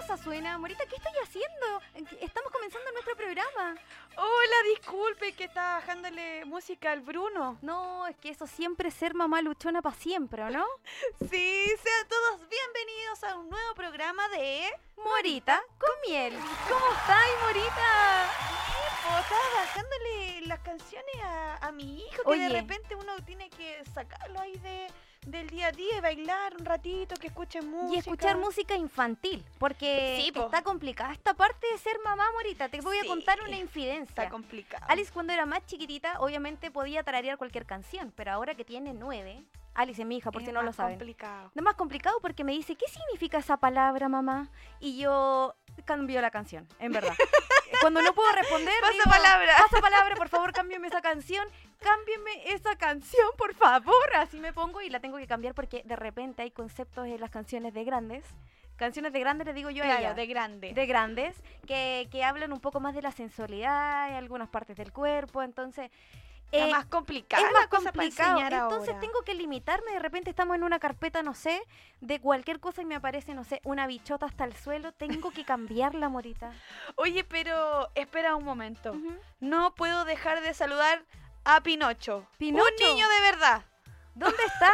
cosa suena? Morita, ¿qué estoy haciendo? Estamos comenzando nuestro programa. Hola, disculpe que estaba bajándole música al Bruno. No, es que eso siempre es ser mamá luchona para siempre, ¿o no? Sí, sean todos bienvenidos a un nuevo programa de Morita con miel. ¿Cómo estás, Morita? Estaba bajándole las canciones a mi hijo, que Oye. de repente uno tiene que sacarlo ahí del día a día y bailar un ratito, que escuchen música. Y escuchar música infantil, porque Sí, po. está complicada esta parte de ser mamá, Morita. Te voy a Sí, contar una infidencia. Está complicado. Alice, cuando era más chiquitita, obviamente podía tararear cualquier canción, pero ahora que tiene 9, Alice es mi hija, por si no lo saben. complicado. No es más complicado porque me dice, ¿qué significa esa palabra, mamá? Y yo cambio la canción, en verdad. Cuando no puedo responder, Pasa palabra. Pasa palabra, por favor, cámbiame esa canción. Cámbiame esa canción, por favor. Así me pongo y la tengo que cambiar porque de repente hay conceptos en las canciones de grandes. Canciones de grandes, le digo yo a ella. Claro, de grande. De grandes, que hablan un poco más de la sensualidad en algunas partes del cuerpo, entonces... Está más complicada es la más cosa para complicado, enseñar entonces ahora. tengo que limitarme, de repente estamos en una carpeta, no sé, de cualquier cosa y me aparece, no sé, una bichota hasta el suelo, tengo que cambiarla, Morita. Oye, pero espera un momento. Ujú. No puedo dejar de saludar a Pinocho. ¿Pinocho? Un niño de verdad. ¿Dónde está?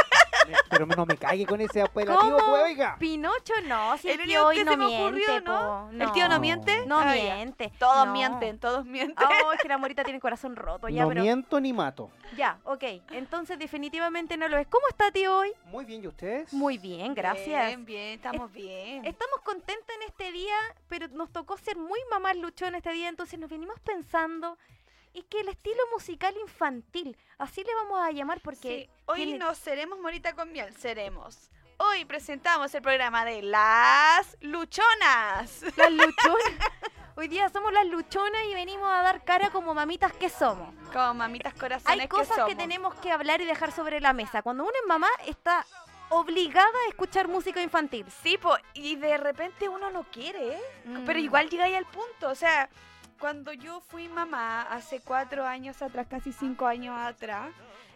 Pero no me cague con ese apelativo, ¿Cómo? pues, oiga. Pinocho no, si el El tío único hoy que no se me miente, ocurrió, po. ¿no? ¿El tío no miente? No Ah, ya. miente. Todos no. mienten, todos mienten. Oh, es que la Morita tiene el corazón roto, ya, No pero... miento ni mato. Ya, ok, entonces definitivamente no lo es. ¿Cómo está, tío, hoy? Muy bien, ¿y ustedes? Muy bien, gracias. Bien, bien, estamos bien. Estamos contentas en este día, pero nos tocó ser muy mamás luchonas este día, entonces nos venimos pensando y que el estilo musical infantil, así le vamos a llamar porque Sí, hoy tiene- no seremos Morita con miel, seremos. Hoy presentamos el programa de Las Luchonas. las luchonas. Hoy día somos las luchonas y venimos a dar cara como mamitas que somos. Como mamitas corazones Hay cosas somos. que tenemos que hablar y dejar sobre la mesa. Cuando uno es mamá está obligada a escuchar música infantil. Sí, po, y de repente uno no quiere, ¿eh? Mm. Pero igual llega ahí al punto, o sea, cuando yo fui mamá hace 4 años atrás, casi 5 años atrás,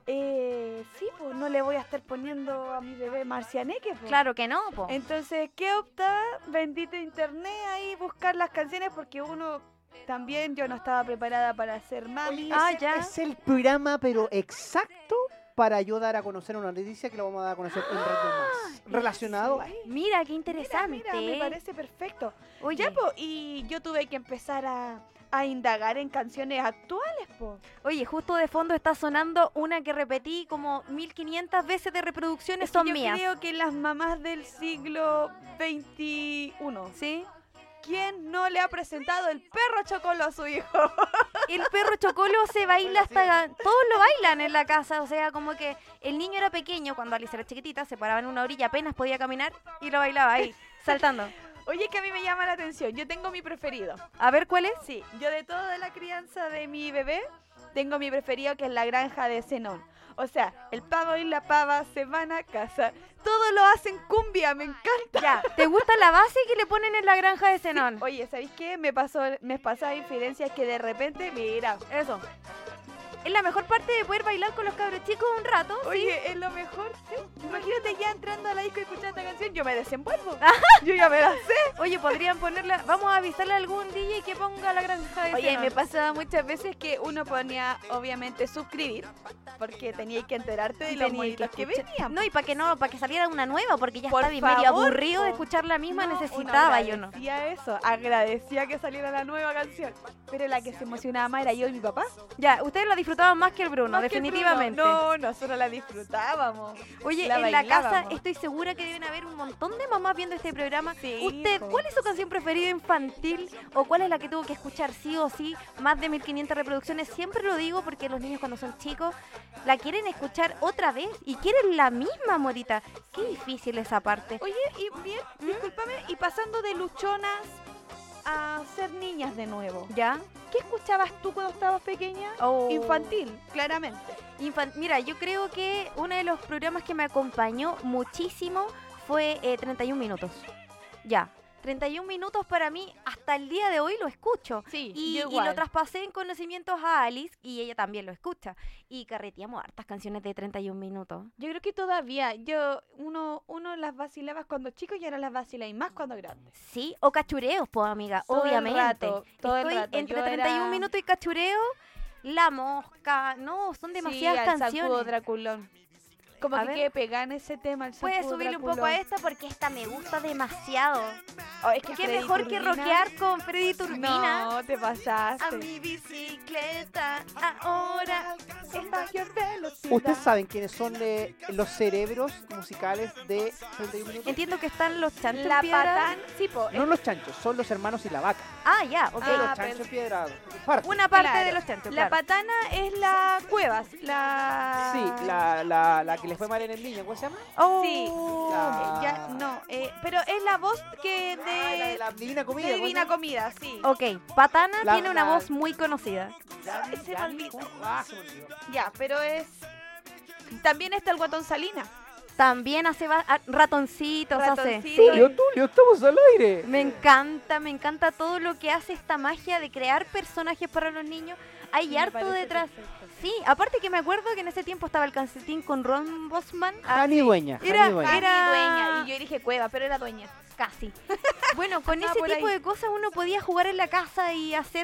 sí, pues no le voy a estar poniendo a mi bebé Marcianeque, pues. Claro que no, po. Entonces, ¿qué opta? Bendito internet ahí, buscar las canciones, porque uno también, yo no estaba preparada para ser mami. Ah, Ese ya. es el programa, pero exacto, para yo dar a conocer una noticia que lo vamos a dar a conocer un rato más. Relacionado a... Sí. Mira, qué interesante. Mira, me parece perfecto. Oye, Ya, po, y yo tuve que empezar a indagar en canciones actuales, po. Oye, justo de fondo está sonando una que repetí como 1500 veces de reproducciones, Es que son yo mías. creo que las mamás del siglo XXI, ¿Sí? ¿quién no le ha presentado el perro chocolo a su hijo? El perro chocolo se baila hasta... Todos lo bailan en la casa, o sea, como que el niño era pequeño, cuando Alice era chiquitita, se paraba en una orilla, apenas podía caminar y lo bailaba ahí, saltando. Oye, que a mí me llama la atención, yo tengo mi preferido. A ver, ¿cuál es? Sí, yo de toda la crianza de mi bebé, tengo mi preferido que es La Granja de Zenón. O sea, el pavo y la pava se van a casa. Todo lo hacen cumbia, me encanta. Ya, ¿te gusta la base que le ponen en la granja de Zenón? Oye, ¿sabéis qué? Me pasaba infidencias que de repente, mira, Eso. Es la mejor parte de poder bailar con los cabros chicos un rato. oye, es lo mejor. ¿Sí? Imagínate ya entrando a la disco y escuchando esta canción, yo me desenvuelvo. Yo ya me la sé. Oye, podrían ponerla... Vamos a avisarle a algún DJ que ponga la granja de Oye, Zenón. me pasaba muchas veces que uno ponía, obviamente, suscribir, porque tenías que enterarte de los Tenía monitos que escuchar. venían. No, y para que saliera una nueva, porque ya Por estaba medio favor, aburrido de po. escuchar la misma, No, necesitaba uno yo no. agradecía eso, agradecía que saliera la nueva canción. Pero la que se emocionaba más era yo y mi papá. Ya, ustedes la disfrutaban más que el Bruno, Más que el definitivamente. Bruno. No, nosotros la disfrutábamos. Oye, La en la casa bailábamos. estoy segura que deben haber un montón de mamás viendo este programa. Sí, Usted, po. ¿cuál es su canción preferida infantil? ¿O cuál es la que tuvo que escuchar sí o sí? Más de 1500 reproducciones. Siempre lo digo porque los niños cuando son chicos la quieren escuchar otra vez y quieren la misma, Morita. Qué difícil esa parte. Oye, y bien, discúlpame, y pasando de luchonas a ser niñas de nuevo. ¿Ya? ¿Qué escuchabas tú cuando estabas pequeña? Oh. Infantil, claramente. Mira, yo creo que uno de los programas que me acompañó muchísimo fue 31 minutos. Ya. 31 minutos para mí, hasta el día de hoy lo escucho. Sí, Y yo lo igual. traspasé en conocimientos a Alice y ella también lo escucha. Y carreteamos hartas canciones de 31 minutos. Yo creo que todavía, uno las vacilaba cuando chico y ahora las vacila y más cuando grande. Sí, o cachureos, pues amiga, Todo el obviamente. rato, todo el Estoy rato. entre Yo 31 era- minutos y cachureo, La Mosca, no, son demasiadas sí, al canciones. Zancudo Draculón. Como A que ver. quede pegada en ese tema. El Puedes Zancudo subirle un poco Draculón. a esta porque esta me gusta demasiado. Oh, es que Qué Freddy mejor que Turbina- rockear con Freddy Turbina. No, te pasaste. A mi bicicleta, ahora. Mayor velocidad. ¿Ustedes saben quiénes son los cerebros musicales de 31 minutos? Entiendo que están los chanchos La en piedra. patán, sí, po, No los chanchos, son los hermanos y la vaca. Ah, ya, ok. Son los Ah, chanchos en piedra. Parte. Una parte claro. de los chanchos, La claro. patana es la Cuevas, la... Sí, la que le fue mal en el niño, ¿cómo se llama? Oh. Sí. La- Ya, no, pero es la voz que Ah, la de de... la Divina Comida. de ¿cómo se Divina llama? Comida, sí. Ok, Patana La- tiene una la- voz muy conocida. Ya, Ese ya, maldito. ah, se me olvidó. Ya, pero es... También está el Guatón Salina. También hace ratoncitos, hace. Ratoncito. Tulio, estamos al aire. Me encanta todo lo que hace esta magia de crear personajes para los niños. Hay Me harto parece detrás. perfecto. Sí, aparte que me acuerdo que en ese tiempo estaba el calcetín con Ron Bosman. Jani Dueña. Era- Jani Dueña. era- Dueña. Y yo dije Cueva, pero era dueña. Casi. Bueno, con Ah, ese por tipo ahí. de cosas uno podía jugar en la casa y hacer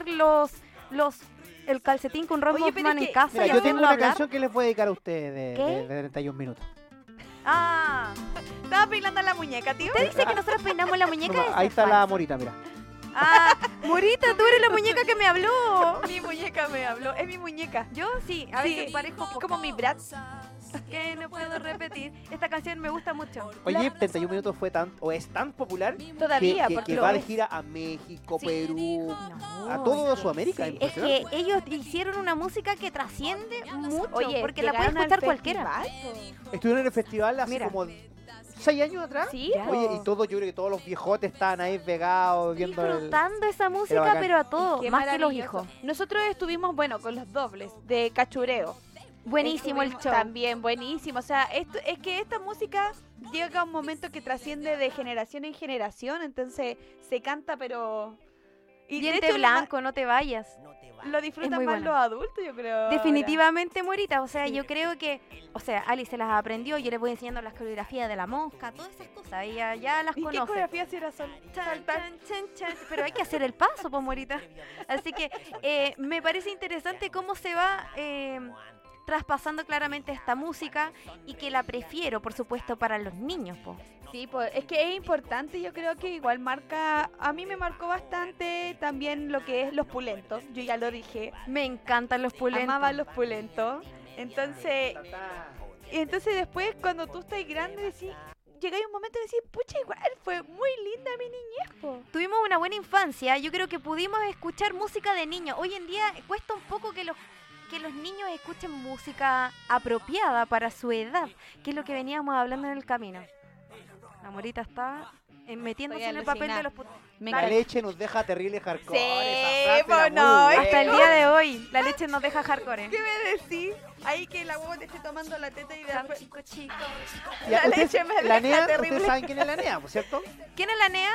el calcetín con Ron Oye, pero Bosman es en que- casa Mira, y yo tengo hacerlo una hablar. canción que les voy a dedicar a ustedes de ¿Qué? 31 minutos. Ah, Estaba peinando la muñeca, tío. ¿te dice que nosotros peinamos la muñeca? No, Eso ahí es está la falso. morita, mira. Ah, Morita, tú eres la muñeca que me habló. Mi muñeca me habló. Es mi muñeca. Yo sí, a Sí, veces parezco poco. como mi brat. Que no puedo repetir. Esta canción me gusta mucho. Oye, 31 minutos fue es tan popular Todavía, que porque va lo de es. gira a México, Sí. Perú, No, a toda es que Sudamérica. sí. Es impresionante. que ellos hicieron una música que trasciende mucho. Oye, porque la puede llegaron al escuchar cualquiera. festival, po. Estuvieron en el festival hace Mira. como 6 años atrás. Sí, Ya. po. Oye, y todo, yo creo que todos los viejotes estaban ahí pegados viendo el... Disfrutando esa música, bacán. pero a todo, Qué más que los maravilloso. hijos. Nosotros estuvimos, bueno, con los dobles de cachureo. Buenísimo el Estuvimos show. También, buenísimo. O sea, esto, es que esta música llega a un momento que trasciende de generación en generación, entonces se canta, pero... Y de Diente hecho, blanco, no te vayas. lo disfrutan muy más buena. los adultos, yo creo. ahora. Definitivamente, Morita. O sea, Sí. yo creo que, o sea, Ali se las aprendió, yo les voy enseñando las coreografías de la mosca, todas esas cosas, ella ya las ¿Y qué conoce. coreografía si era sol? Chan, chan, chan, chan. Pero hay que hacer el paso, pues, Morita. Así que me parece interesante cómo se va traspasando claramente esta música y que la prefiero, por supuesto, para los niños, pues. Sí, pues es que es importante, yo creo que igual marca, a mí me marcó bastante también lo que es los pulentos, yo ya lo dije, Me encantan los pulentos. amaba los pulentos, entonces después cuando tú estás grande decís, llegáis a un momento de decir, pucha, igual fue muy linda mi niñez, po. Tuvimos una buena infancia, yo creo que pudimos escuchar música de niños. Hoy en día cuesta un poco que los niños escuchen música apropiada para su edad, que es lo que veníamos hablando en el camino. La Morita está metiéndose Estoy en el papel de alucinada. los Me La encanta. leche nos deja terrible hardcore. Sí, esa frase pues era no, muy es Hasta el buena. día de hoy, la leche nos deja hardcore. ¿Qué me decís? Ahí que la huevo te esté tomando la teta y después... Chico, chico. Ya, la ustedes- leche me la deja NEA, terrible. ustedes saben quién es la NEA, ¿por cierto? ¿Quién es la NEA?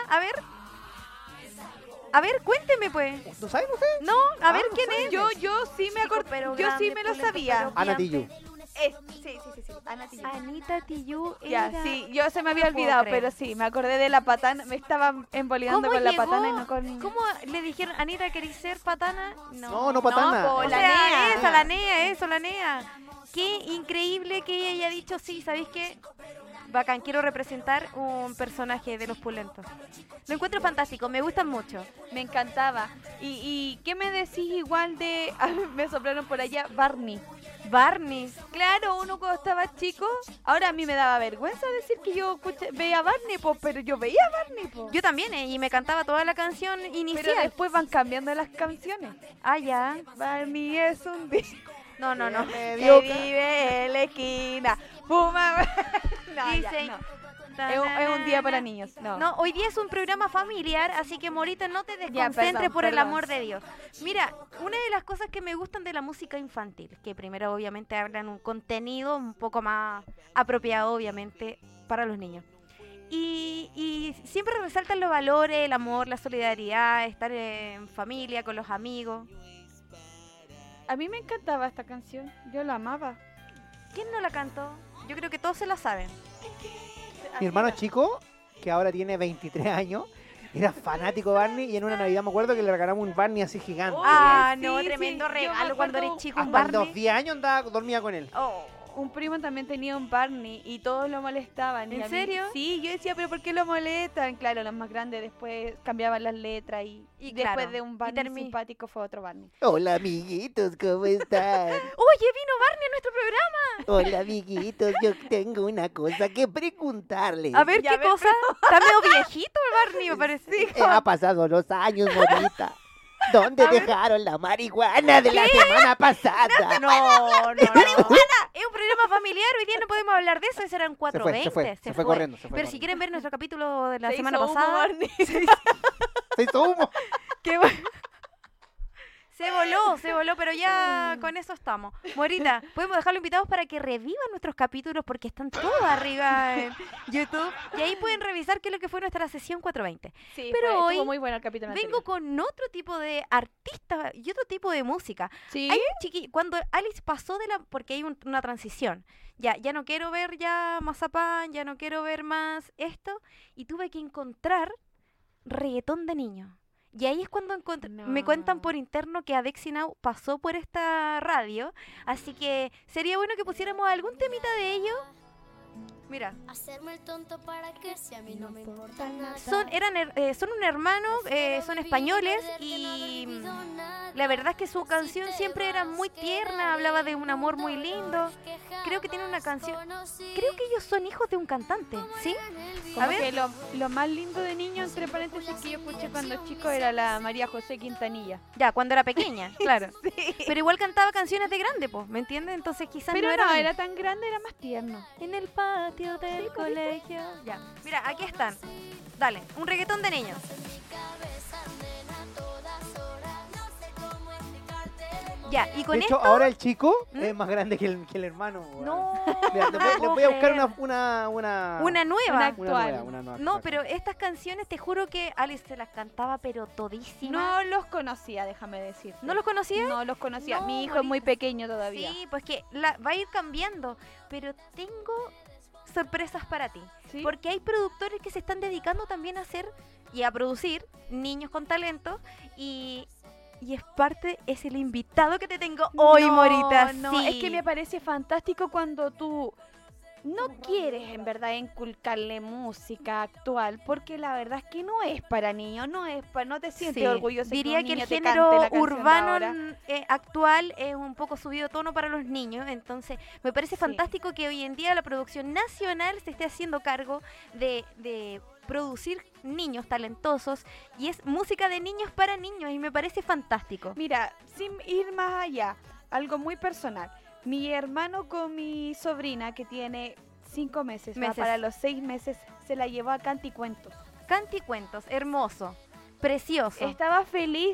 A ver, cuénteme pues. ¿No saben ustedes? No, a ver no quién saben. es. Yo sí me Chico, acuerdo, pero yo sí grande, me lo pulento, sabía. pero Ana brillante. Tijoux. Sí, Ana Tijoux. Anita Tijoux Ya, era... sí, yo se me había No puedo olvidado, creer. pero sí, me acordé de la patana, me estaba emboleando ¿Cómo con la llegó? patana y no con... ¿Cómo le dijeron, Anita, querís ser patana? No, patana. po, O la sea, NEA. esa, la NEA, eso, la NEA. Qué increíble que ella haya dicho, sí, ¿sabéis qué? Bacán, quiero representar un personaje de los pulentos. Lo encuentro fantástico, me gustan mucho. Me encantaba. ¿Y qué me decís igual de... me soplaron por allá, Barney? Barney. Claro, uno cuando estaba chico, ahora a mí me daba vergüenza decir que yo veía a Barney, po, pero yo veía a Barney, po. Yo también, y me cantaba toda la canción Pero inicial. después van cambiando las canciones. Ah, ya. Barney es un día No, no, no. que Mediocre. vive en la esquina, fuma... no, ya, Dice- no. Es un día para niños, no. No, hoy día es un programa familiar, así que Morita, no te Ya, desconcentres perdón, por el perdón. amor de Dios. Mira, una de las cosas que me gustan de la música infantil, que primero obviamente hablan un contenido un poco más apropiado obviamente para los niños. Y siempre resaltan los valores, el amor, la solidaridad, estar en familia, con los amigos. A mí me encantaba esta canción, yo la amaba. ¿Quién no la cantó? Yo creo que todos se la saben. Mi hermano chico, que ahora tiene 23 años, era fanático de Barney y en una Navidad me acuerdo que le regalamos un Barney así gigante. Oye, Ah, sí, no, sí, tremendo yo me regalo cuando acuerdo eres chico, un Hasta los Barney. 10 años dormía con él. Oh. Un primo también tenía un Barney y todos lo molestaban. y ¿En a mí- serio? Sí, yo decía, pero ¿por qué lo molestan? Claro, los más grandes después cambiaban las letras y Y después claro, de un y Barney simpático fue otro Barney. Hola amiguitos, ¿cómo están? Oye, vino Barney a nuestro programa. Hola amiguitos, yo tengo una cosa que preguntarles. A ver, Ya, ¿qué a ver, cosa? Está medio viejito el Barney, me parece. Ha pasado los años, bonita. ¿Dónde dejaron la marihuana de la semana pasada? No, no, no. Es un programa familiar, hoy día no podemos hablar de eso, eran 4:20. Se fue corriendo. Pero si quieren ver nuestro capítulo de la Se semana hizo humo, pasada, Barney. Se hizo humo. qué bueno. Se voló, pero ya con eso estamos. Morita, podemos dejarlo invitados para que revivan nuestros capítulos porque están todos arriba en YouTube y ahí pueden revisar qué es lo que fue nuestra sesión 420. Sí, Pero estuvo hoy muy bueno el capítulo Vengo anterior. con otro tipo de artista y otro tipo de música. Sí, Hay cuando Alice pasó porque hay una transición. Ya no quiero ver ya Mazapán, ya no quiero ver más esto. Y tuve que encontrar reggaetón de niño. Y ahí es cuando me cuentan por interno que Adexi Now pasó por esta radio. Así que sería bueno que pusiéramos algún temita de ello. Mira, Hacerme el tonto para que si a mí no me importa nada. son un hermano, son españoles y la verdad es que su canción siempre era muy tierna, hablaba de un amor muy lindo. Creo que tiene una canción, creo que ellos son hijos de un cantante, ¿sí? como a ver. que lo más lindo de niño, entre paréntesis, que yo escuché cuando chico era la María José Quintanilla. Ya, cuando era pequeña, claro. Pero igual cantaba canciones de grande, pues, ¿me entiendes? Entonces quizás Pero no era... no, era tan grande, era más tierno. En el patio del colegio. Ya, mira, aquí están. Dale, un reggaetón de niños. Ya, y con De hecho, esto... ahora el chico ¿Mm? es más grande que el hermano. weón. No, Mira, les voy a buscar una una nueva. actual. una nueva No, actual. pero estas canciones te juro que Alice se las cantaba pero todísimas. No los conocía, déjame decir. ¿No los conocías? No los conocía. No, Mi hijo es muy Marita. pequeño todavía. Sí, pues que va a ir cambiando, pero tengo sorpresas para ti. ¿Sí? Porque hay productores que se están dedicando también a hacer y a producir niños con talento y es el invitado que te tengo hoy, No, Morita. No, sí. es que me parece fantástico cuando tú no quieres en verdad inculcarle música actual, porque la verdad es que no es para niños, no te sientes Sí, orgulloso. diría un que el niño te género cante la canción de urbano ahora. actual es un poco subido tono para los niños, entonces me parece Sí. fantástico que hoy en día la producción nacional se esté haciendo cargo de producir niños talentosos y es música de niños para niños y me parece fantástico. Mira, sin ir más allá, algo muy personal. Mi hermano con mi sobrina, que tiene 5 meses, va Meses. para los 6 meses, se la llevó a Canticuentos. Canticuentos, hermoso, precioso. Estaba feliz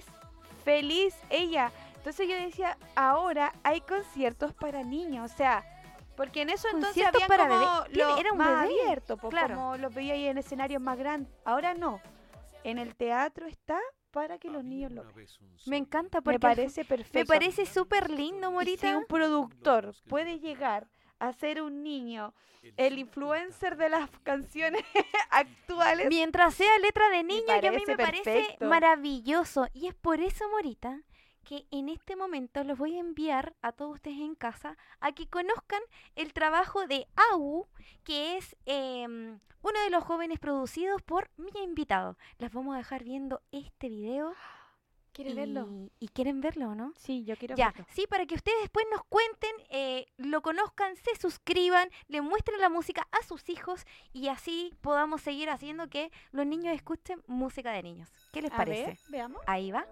ella. Entonces yo decía, ahora hay conciertos para niños, o sea, porque en eso entonces Conciertos habían para como bebé. ¿Tiene- lo era un más bebé? abierto, Claro. como los veía ahí en escenarios más grandes. Ahora no, en el teatro está para que los niños lo vean. Me encanta Me porque parece perfecto. me parece súper lindo, Y Morita. si un productor puede llegar a ser un niño, el influencer de las canciones actuales, Mientras sea letra de niño, y a mí parece me parece perfecto. maravilloso. Y es por eso, Morita, que en este momento los voy a enviar a todos ustedes en casa a que conozcan el trabajo de AU, que es uno de los jóvenes producidos por mi invitado. Las vamos a dejar viendo este video. ¿quieres verlo? ¿Y quieren verlo o no? Sí, yo quiero Ya, verlo. sí, para que ustedes después nos cuenten, lo conozcan, se suscriban, le muestren la música a sus hijos y así podamos seguir haciendo que los niños escuchen música de niños. ¿Qué les A parece? ver, veamos. Ahí va.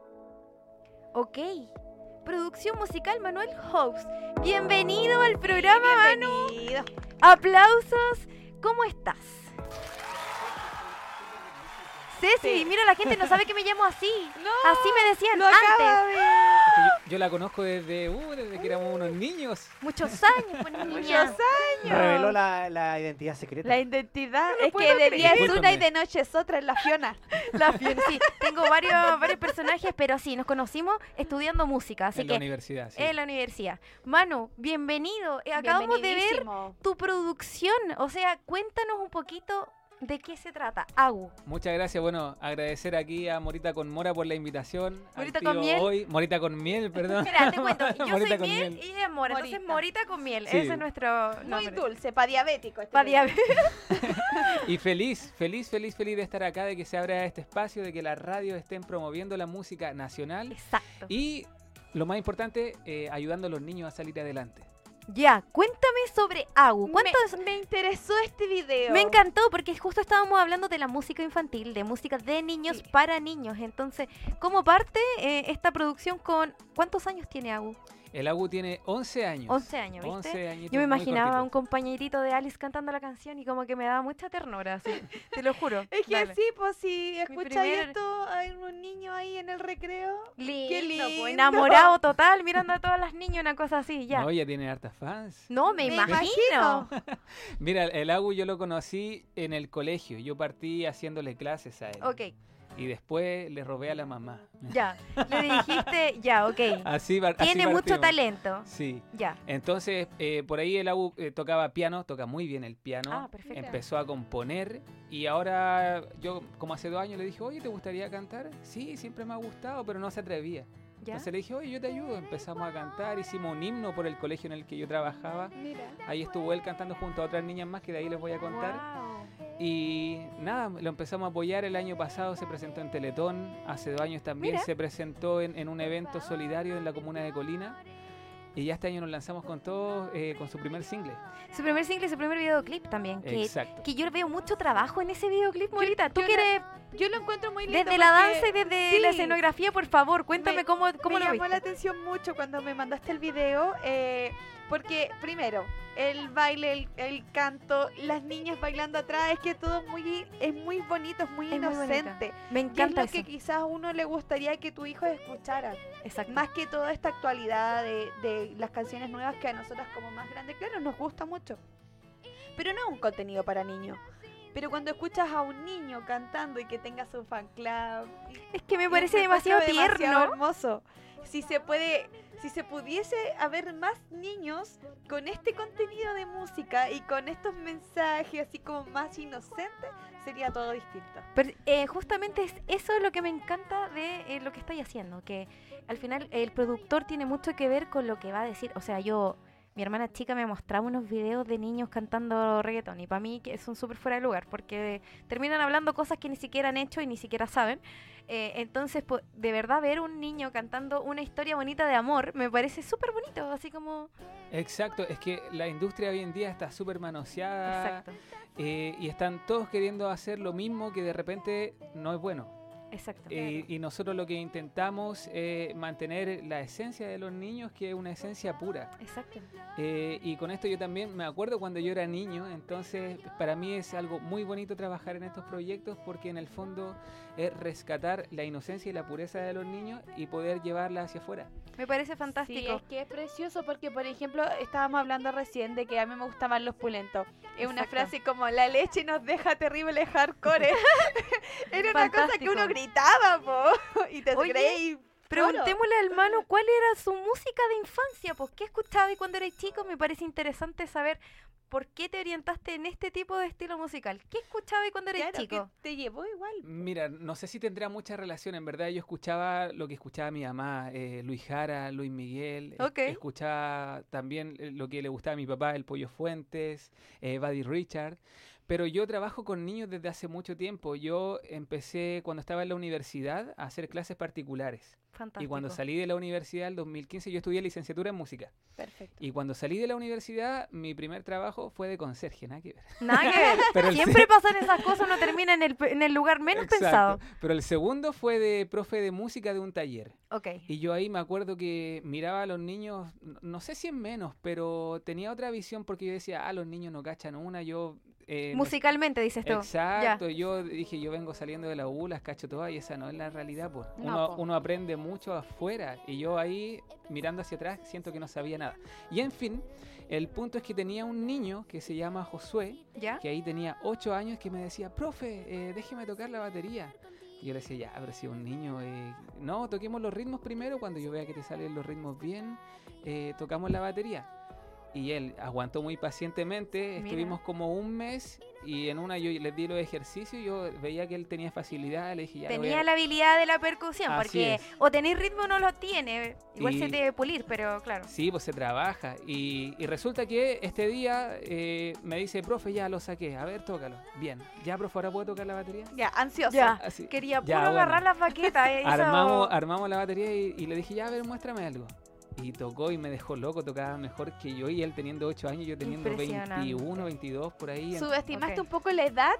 Ok. Producción musical Manuel House. Bienvenido al programa, Manu. Bienvenido. Aplausos. ¿Cómo estás? Ceci, Sí. mira, la gente no sabe que me llamo así. No, Así me decían lo acaba antes. de... Es que yo la conozco desde que éramos unos niños. Muchos años, pues, niña. Muchos niños. Reveló la identidad secreta. La identidad lo es puedo que de día creer. es una y de noche es otra, es la Fiona. La Fiona, sí. Tengo varios personajes, pero sí, nos conocimos estudiando música, así en que la universidad, sí. en la universidad. Manu, bienvenido. Acabamos de ver Bienvenidísimo. tu producción, o sea, cuéntanos un poquito de qué se trata. Agu. Muchas gracias. Bueno, agradecer aquí a Morita con Mora por la invitación. al Morita tío con miel. Hoy. Morita con miel, perdón. Mira, te cuento, yo Morita soy con miel y ella es mora, entonces Morita. morita con miel, Sí. ese es nuestro Muy nombre. dulce, para diabético. Este Pa' programa. Y feliz de estar acá, de que se abra este espacio, de que la radio estén promoviendo la música nacional Exacto. y, lo más importante, ayudando a los niños a salir adelante. Ya, cuéntame sobre Agu. ¿Cuántos? Me interesó este video. Me encantó porque justo estábamos hablando de la música infantil, de música de niños Sí. para niños. Entonces, ¿cómo parte esta producción con cuántos años tiene Agu? El Agu tiene 11 años. 11 años, ¿viste? 11 añitos, Yo me muy imaginaba a un cortito. compañerito de Alice cantando la canción y como que me daba mucha ternura, así, te lo juro. Es que Dale. sí, pues si escucháis primer- esto, hay un niño ahí en el recreo. Lindo, Qué po, lindo. enamorado total, mirando a todas las niñas, una cosa así, ya. No, ella tiene hartas fans. No, me Me imagino. Mira, el Agu yo lo conocí en el colegio. Yo partí haciéndole clases a él. Ok, Y después le robé a la mamá. ya. Le dijiste, ya, ok. Así Tiene mucho partimos. talento. Sí. Ya. Entonces, por ahí el Agu tocaba piano, toca muy bien el piano. Ah, perfecto. Empezó a componer y ahora yo, como hace 2 años, le dije, oye, ¿te gustaría cantar? Sí, siempre me ha gustado, pero no se atrevía. ¿Ya? Entonces le dije, oye, yo te ayudo. Empezamos a cantar, hicimos un himno por el colegio en el que yo trabajaba. Mira. Ahí estuvo él cantando junto a otras niñas más que de ahí les voy a contar. Guau. Y nada, lo empezamos a apoyar. El año pasado se presentó en Teletón, hace 2 años también Mira. se presentó en un evento solidario en la comuna de Colina. Y ya este año nos lanzamos con todo, con su primer single. Su primer single y su primer videoclip también. Exacto. Que yo veo mucho trabajo en ese videoclip, Morita. Tú yo que eres Yo lo encuentro muy lindo. desde la porque danza y desde sí, la escenografía, por favor, cuéntame cómo me lo llamó viste. la atención mucho cuando me mandaste el video. Porque, primero, el baile, el canto, las niñas bailando atrás, es que todo es muy bonito, es muy Es muy bonito. inocente. Me Y es encanta lo eso. que quizás a uno le gustaría que tu hijo escuchara. Exacto. Más que toda esta actualidad de las canciones nuevas que a nosotras como más grandes, claro, nos gusta mucho. Pero no es un contenido para niños. Pero cuando escuchas a un niño cantando y que tenga su fan club, Es que me y parece me demasiado encuentro tierno. demasiado hermoso. Si se pudiese haber más niños con este contenido de música y con estos mensajes así como más inocentes, sería todo distinto. Pero, justamente eso es lo que me encanta de lo que estáis haciendo, que al final el productor tiene mucho que ver con lo que va a decir. O sea, mi hermana chica me mostraba unos videos de niños cantando reggaetón y para mí que son súper fuera de lugar porque terminan hablando cosas que ni siquiera han hecho y ni siquiera saben. Entonces, de verdad, ver un niño cantando una historia bonita de amor me parece súper bonito, así como... Exacto, es que la industria hoy en día está súper manoseada. Exacto, Y están todos queriendo hacer lo mismo que de repente no es bueno. exacto. Y nosotros lo que intentamos es mantener la esencia de los niños, que es una esencia pura. Exacto. Y con esto yo también me acuerdo cuando yo era niño, entonces para mí es algo muy bonito trabajar en estos proyectos porque en el fondo es rescatar la inocencia y la pureza de los niños y poder llevarla hacia afuera. Me parece Sí, fantástico. es que es precioso porque, por ejemplo, estábamos hablando recién de que a mí me gustaban los pulentos. Es una Exacto. frase como, la leche nos deja terrible hardcore. Era una cosa que Fantástico. uno gritaba, po. Y te Oye, creí. Preguntémosle al Manu cuál era su música de infancia, pues qué escuchaba y cuando eras chico. Me parece interesante saber por qué te orientaste en este tipo de estilo musical. ¿Qué escuchaba y cuando eras Claro, chico? que te llevó igual. Mira, no sé si tendrá mucha relación, en verdad yo escuchaba lo que escuchaba mi mamá, Luis Jara, Luis Miguel, Ok. escuchaba también lo que le gustaba a mi papá, el Pollo Fuentes, Buddy Richard, pero yo trabajo con niños desde hace mucho tiempo. Yo empecé cuando estaba en la universidad a hacer clases particulares. Fantástico. Y cuando salí de la universidad en 2015 yo estudié licenciatura en música. Perfecto. Y cuando salí de la universidad mi primer trabajo fue de conserje, nada que ver. Nada que ver. Pero el Siempre pasan esas cosas, uno termina en el lugar menos Exacto. pensado. Pero el segundo fue de profe de música de un taller. Ok. Y yo ahí me acuerdo que miraba a los niños, no sé si en menos, pero tenía otra visión porque yo decía, los niños no cachan una. Yo Musicalmente, dices tú. Exacto, yo dije, yo vengo saliendo de la U, las cacho todas y esa no es la realidad, pues. No, Uno aprende mucho afuera y yo ahí, mirando hacia atrás, siento que no sabía nada. Y en fin, el punto es que tenía un niño que se llama Josué, ¿Ya? que ahí tenía 8 años, que me decía, profe, déjeme tocar la batería. Y yo le decía, ya, pero si un niño, no, toquemos los ritmos primero, cuando yo vea que te salen los ritmos bien, tocamos la batería. Y él aguantó muy pacientemente, Mira. estuvimos como un mes y en una yo le di los ejercicios, yo veía que él tenía facilidad, le dije ya. Tenía la habilidad de la percusión, Así porque es. o tenéis ritmo o no lo tiene. Igual Y- se debe pulir, pero claro. Sí, pues se trabaja. Y resulta que este día me dice, profe, ya lo saqué, a ver, tócalo. Bien, ya, profe, ¿ahora puedo tocar la batería? Ya, ansioso. Ya. Así. Quería puro Ya, bueno. agarrar las baquetas. Armamos la batería y le dije, ya, a ver, muéstrame algo. Y tocó y me dejó loco, tocaba mejor que yo y él teniendo 8 años, yo teniendo Impresionante. 21, 22, por ahí. Subestimaste Ok. un poco la edad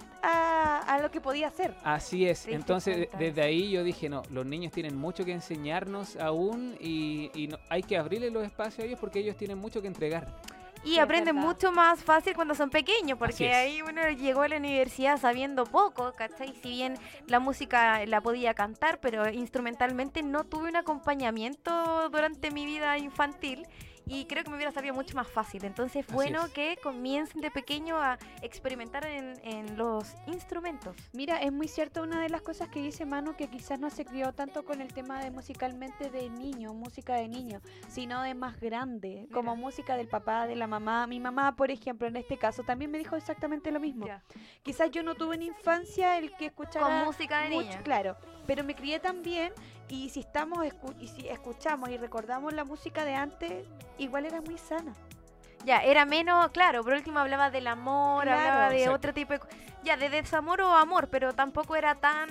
a lo que podía hacer. Así es, Te diste entonces cuenta de desde eso. ahí yo dije, no, los niños tienen mucho que enseñarnos aún y hay que abrirles los espacios a ellos porque ellos tienen mucho que entregar. Y Sí, es aprenden verdad. mucho más fácil cuando son pequeños, Así porque es. ahí uno llegó a la universidad sabiendo poco, ¿cachai? Si bien la música la podía cantar, pero instrumentalmente no tuve un acompañamiento durante mi vida infantil. Y creo que me hubiera salido mucho más fácil. Entonces es Así bueno es. que comiencen de pequeño a experimentar en los instrumentos. Mira, es muy cierto una de las cosas que dice Manu, que quizás no se crió tanto con el tema de musicalmente de niño, música de niño, sino de más grande, como música del papá, de la mamá. Mi mamá, por ejemplo, en este caso, también me dijo exactamente lo mismo. Quizás yo no tuve en infancia el que escuchara Con música de mucho, niña. claro, pero me crié también y si si escuchamos y recordamos la música de antes, igual era muy sana. Ya, era menos, claro, por último hablaba del amor, Claro. hablaba de Exacto. otro tipo de... Ya, de desamor o amor, pero tampoco era tan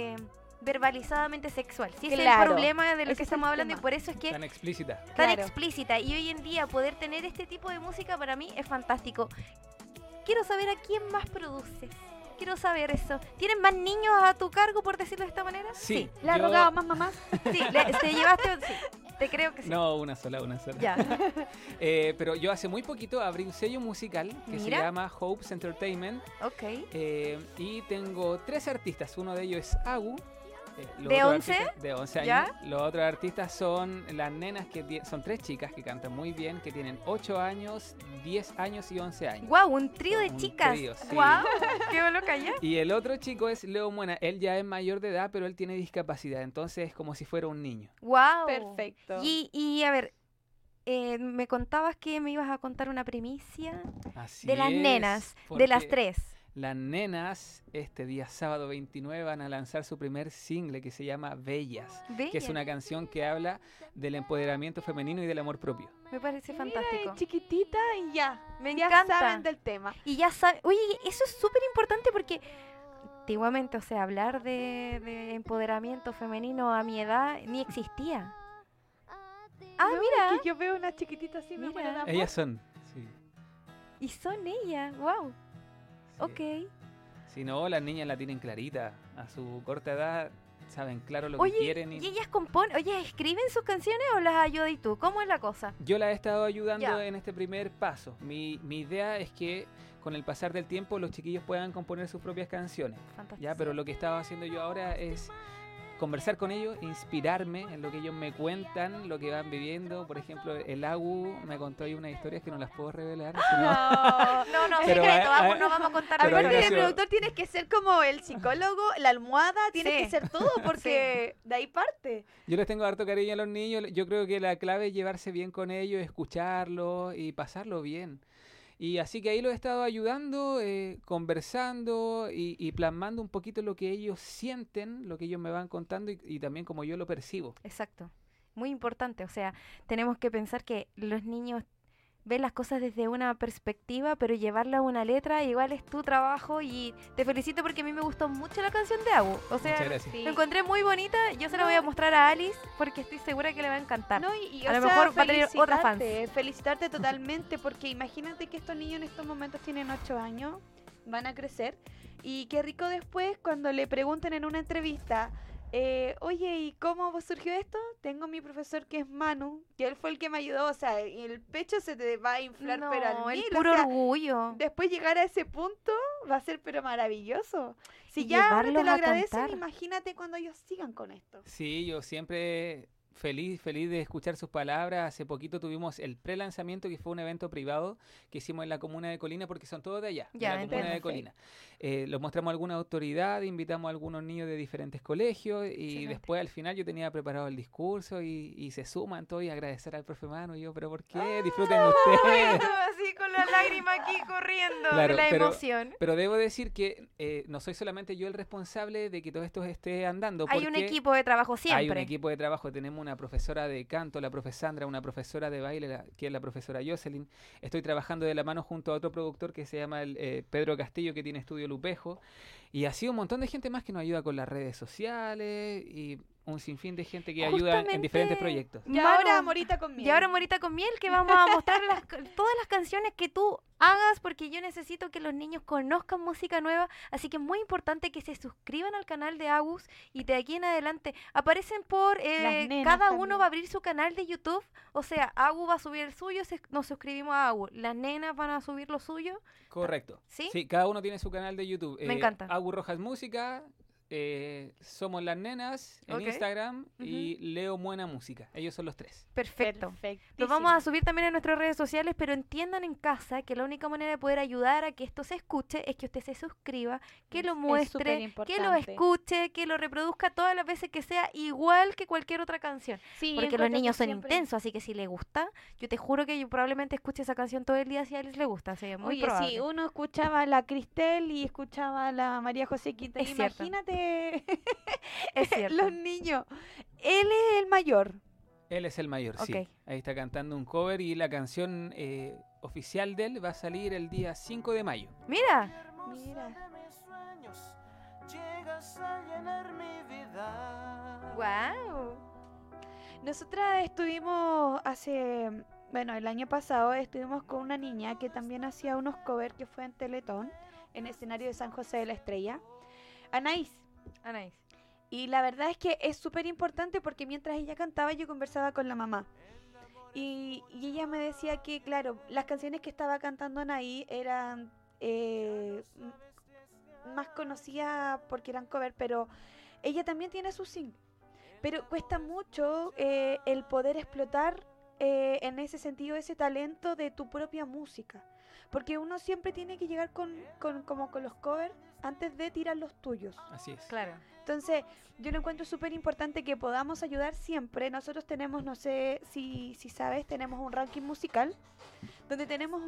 verbalizadamente sexual. Sí, ese es el Claro, problema de lo ese que es el estamos hablando y tema. por eso es que Tan explícita. tan Claro. explícita. Y hoy en día poder tener este tipo de música para mí es fantástico. Quiero saber a quién más produces. Quiero saber eso. ¿Tienen más niños a tu cargo, por decirlo de esta manera? Sí. ¿Le ha Yo- rogado más mamás? Sí, te llevaste... Sí, te creo que sí. No, una sola. Ya. Pero yo hace muy poquito abrí un sello musical que se Mira. llama Hopes Entertainment Ok. y tengo 3 artistas. Uno de ellos es Agu. Los ¿De otros 11? De 11 ¿Ya? años. Los otros artistas son las nenas que son 3 chicas que cantan muy bien, que tienen 8 años, 10 años y 11 años. Guau, un trío de Un chicas. trío, sí. Guau, qué loca ya. Y el otro chico es Leo Muena. Él ya es mayor de edad, pero él tiene discapacidad. Entonces es como si fuera un niño. Wow. Perfecto. Y a ver, me contabas que me ibas a contar una primicia Así de las es, nenas, de las porque 3. Las nenas este día sábado 29 van a lanzar su primer single que se llama Bellas, que es una canción que habla del empoderamiento femenino y del amor propio. Me parece Mira, fantástico. es chiquitita y ya. Me ya encanta. saben del tema. Y ya sabes, oye, eso es súper importante porque antiguamente, o sea, hablar de empoderamiento femenino a mi edad ni existía. Ah, No, mira, es que yo veo una chiquitita así, me Mira. muero de amor. Ellas son, sí. y son ellas, wow. sí. Ok. Si no, las niñas la tienen clarita. A su corta edad saben claro lo Oye, que quieren. ¿y ellas componen, escriben sus canciones o las ayudas tú? ¿Cómo es la cosa? Yo la he estado ayudando Ya. en este primer paso. Mi idea es que con el pasar del tiempo los chiquillos puedan componer sus propias canciones. Fantástico. Ya, pero lo que estaba haciendo yo ahora es conversar con ellos, inspirarme en lo que ellos me cuentan, lo que van viviendo. Por ejemplo, el Agu me contó ahí unas historias que no las puedo revelar. si no- No. No, Pero, secreto, ah, no vamos a contar pero Aparte ahí de nació- productor tienes que ser como el psicólogo, la almohada, tienes Sí. que ser todo porque de ahí parte. Yo les tengo harto cariño a los niños. Yo creo que la clave es llevarse bien con ellos, escucharlos y pasarlo bien. Y así que ahí los he estado ayudando, conversando y plasmando un poquito lo que ellos sienten, lo que ellos me van contando y también como yo lo percibo. Exacto. Muy importante. O sea, tenemos que pensar que los niños ven las cosas desde una perspectiva, pero llevarla a una letra igual es tu trabajo y te felicito porque a mí me gustó mucho la canción de Agu. O sea, Muchas gracias. Sí. la encontré muy bonita. Yo se la voy a mostrar a Alice porque estoy segura que le va a encantar. No, y, A o lo sea, mejor va a tener otras fans. Felicitarte totalmente porque imagínate que estos niños en estos momentos tienen 8 años, van a crecer y qué rico después cuando le pregunten en una entrevista Oye, ¿y cómo surgió esto? Tengo mi profesor que es Manu, que él fue el que me ayudó, o sea, y el pecho se te va a inflar, pero al No, el mil, puro o sea, orgullo. después llegar a ese punto va a ser pero maravilloso. Si Y ya ahora te llevarlos lo a agradecen, cantar. imagínate cuando ellos sigan con esto. Sí, yo siempre feliz de escuchar sus palabras. Hace poquito tuvimos el pre-lanzamiento, que fue un evento privado que hicimos en la comuna de Colina, porque son todos de allá, Ya, de la comuna de entiendo. Colina. Los mostramos a alguna autoridad, invitamos a algunos niños de diferentes colegios y Excelente. después al final yo tenía preparado el discurso y se suman todos y agradecer al profe Manu. Y yo, ¿pero por qué? Disfruten ustedes. Así con la lágrima aquí corriendo Claro, de la pero- emoción. Pero debo decir que no soy solamente yo el responsable de que todo esto esté andando. Hay un porque equipo de trabajo siempre. Hay un equipo de trabajo. Tenemos una profesora de canto, la profe Sandra, una profesora de baile, que es la profesora Jocelyn. Estoy trabajando de la mano junto a otro productor que se llama Pedro Castillo, que tiene Estudio Lupejo. Y así un montón de gente más que nos ayuda con las redes sociales y un sinfín de gente que ayuda en diferentes Justamente- proyectos. Y Manu, ahora Morita con miel. Y ahora Morita con miel, que vamos a mostrar todas las canciones que tú hagas, porque yo necesito que los niños conozcan música nueva, así que es muy importante que se suscriban al canal de Agus y de aquí en adelante aparecen por Las nenas cada uno también. va a abrir su canal de YouTube, o sea, Agus va a subir el suyo, nos suscribimos a Agus, las nenas van a subir lo suyo, Correcto. ¿sí? Sí, cada uno tiene su canal de YouTube. Me encanta. Agu Rojas Música, Somos las Nenas en Ok. Instagram y Leo Buena Música. Ellos son los tres. Perfecto. Perfectísimo. Lo vamos a subir también en nuestras redes sociales, pero entiendan en casa que la única manera de poder ayudar a que esto se escuche es que usted se suscriba, que lo Es muestre, que lo superimportante. escuche, que lo reproduzca todas las veces que sea igual que cualquier otra canción. Sí, Porque los encuentro niños que son siempre- intensos, así que si le gusta, yo te juro que yo probablemente escuche esa canción todo el día si a ellos les gusta. Así que es muy Oye, probable. sí, uno escuchaba a la Cristel y escuchaba a la María José Quinta. Es cierto. Imagínate Es cierto. los niños. Él es el mayor. Él es el mayor, sí. Ok. Ahí está cantando un cover y la canción oficial de él va a salir el día 5 de mayo. Mira, Mira. Llegas a llenar mi vida. wow. Nosotras estuvimos bueno, el año pasado estuvimos con una niña que también hacía unos covers que fue en Teletón, en el escenario de San José de la Estrella. Anaís. Anaís. Y la verdad es que es súper importante porque mientras ella cantaba yo conversaba con la mamá. Y ella me decía que, claro, las canciones que estaba cantando Anaí eran más conocidas porque eran cover, pero ella también tiene su single. Pero cuesta mucho el poder explotar en ese sentido ese talento de tu propia música. Porque uno siempre tiene que llegar como con los covers antes de tirar los tuyos. Así es. Claro. Entonces, yo lo encuentro súper importante que podamos ayudar siempre. Nosotros tenemos, no sé si sabes, tenemos un ranking musical donde tenemos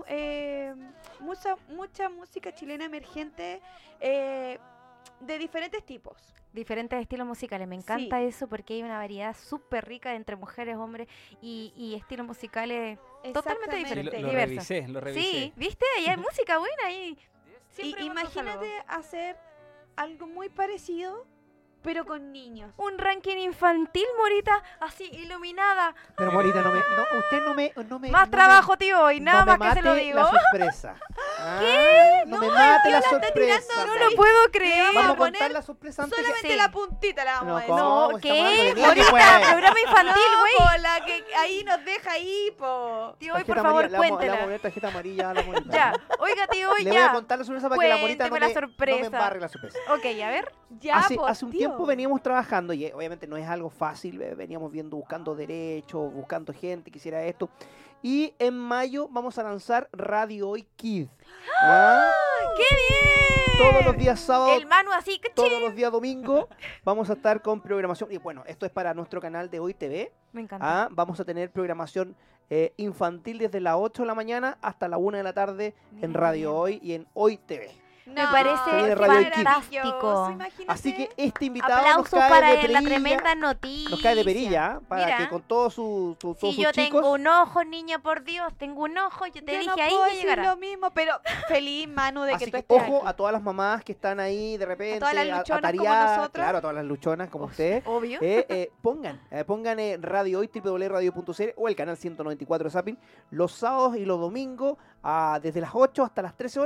mucha música chilena emergente de diferentes tipos. Diferentes estilos musicales, me encanta eso porque hay una variedad súper rica entre mujeres, hombres y estilos musicales totalmente Sí, diferentes, lo diversos. revisé, lo revisé. Sí, ¿viste? Ahí hay música buena ahí. Y imagínate hacer algo muy parecido, pero con niños. Un ranking infantil, Morita, así iluminada. Pero Morita, usted no me... Más no trabajo, tío, y me, nada no me más que se lo mate digo. la sorpresa. ¿Qué? No me mate la sorpresa. No lo puedo creer. Vamos a poner contar la sorpresa antes Solamente Sí. la puntita la vamos a decir. ¿cómo? No, Estamos ¿qué? hablando de niños, Morita, pues. programa infantil, güey. po, la que ahí nos deja ahí, po. Tío, hoy Tarjeta por favor, amarilla, le vamos a cuéntela. poner tarjeta amarilla a la Morita. Ya, oiga, tío, hoy Le voy a ya. contar la sorpresa para que la Morita no Cuénteme la me sorpresa. embarre la sorpresa. Ok, a ver. Ya, hace po, un tío. tiempo veníamos trabajando y obviamente no es algo fácil, veníamos viendo, buscando derechos, buscando gente que hiciera esto. Y en mayo vamos a lanzar Radio Hoy Kid. ¿Ah? ¡Qué bien! Todos los días sábados, El Manu así, que todos los días domingo vamos a estar con programación. Y bueno, esto es para nuestro canal de Hoy TV. Me encanta. Vamos a tener programación infantil desde las 8 de la mañana hasta la 1 de la tarde en Mira, Radio bien. Hoy y en Hoy TV. Me No, parece Se viene Radio Hoy Kid. fantástico. Imagínate. Así que este invitado nos Aplausos cae para de la perilla. tremenda noticia. Nos cae de perilla, para Mira, que con todos todos si sus yo chicos... tengo un ojo, niña, por Dios, tengo un ojo, yo te Yo dije no ahí puedo que decir llegará. lo mismo, pero feliz, Manu, de Así que tú que estés ojo aquí. a todas las mamás que están ahí de repente, todas las luchonas como atareadas, nosotros. claro, a todas las luchonas como ustedes. Obvio. Pongan Radio Hoy, www.radio.cl o el canal 194 de Zapping. Los sábados y los domingos, desde las 8 hasta las 13 horas,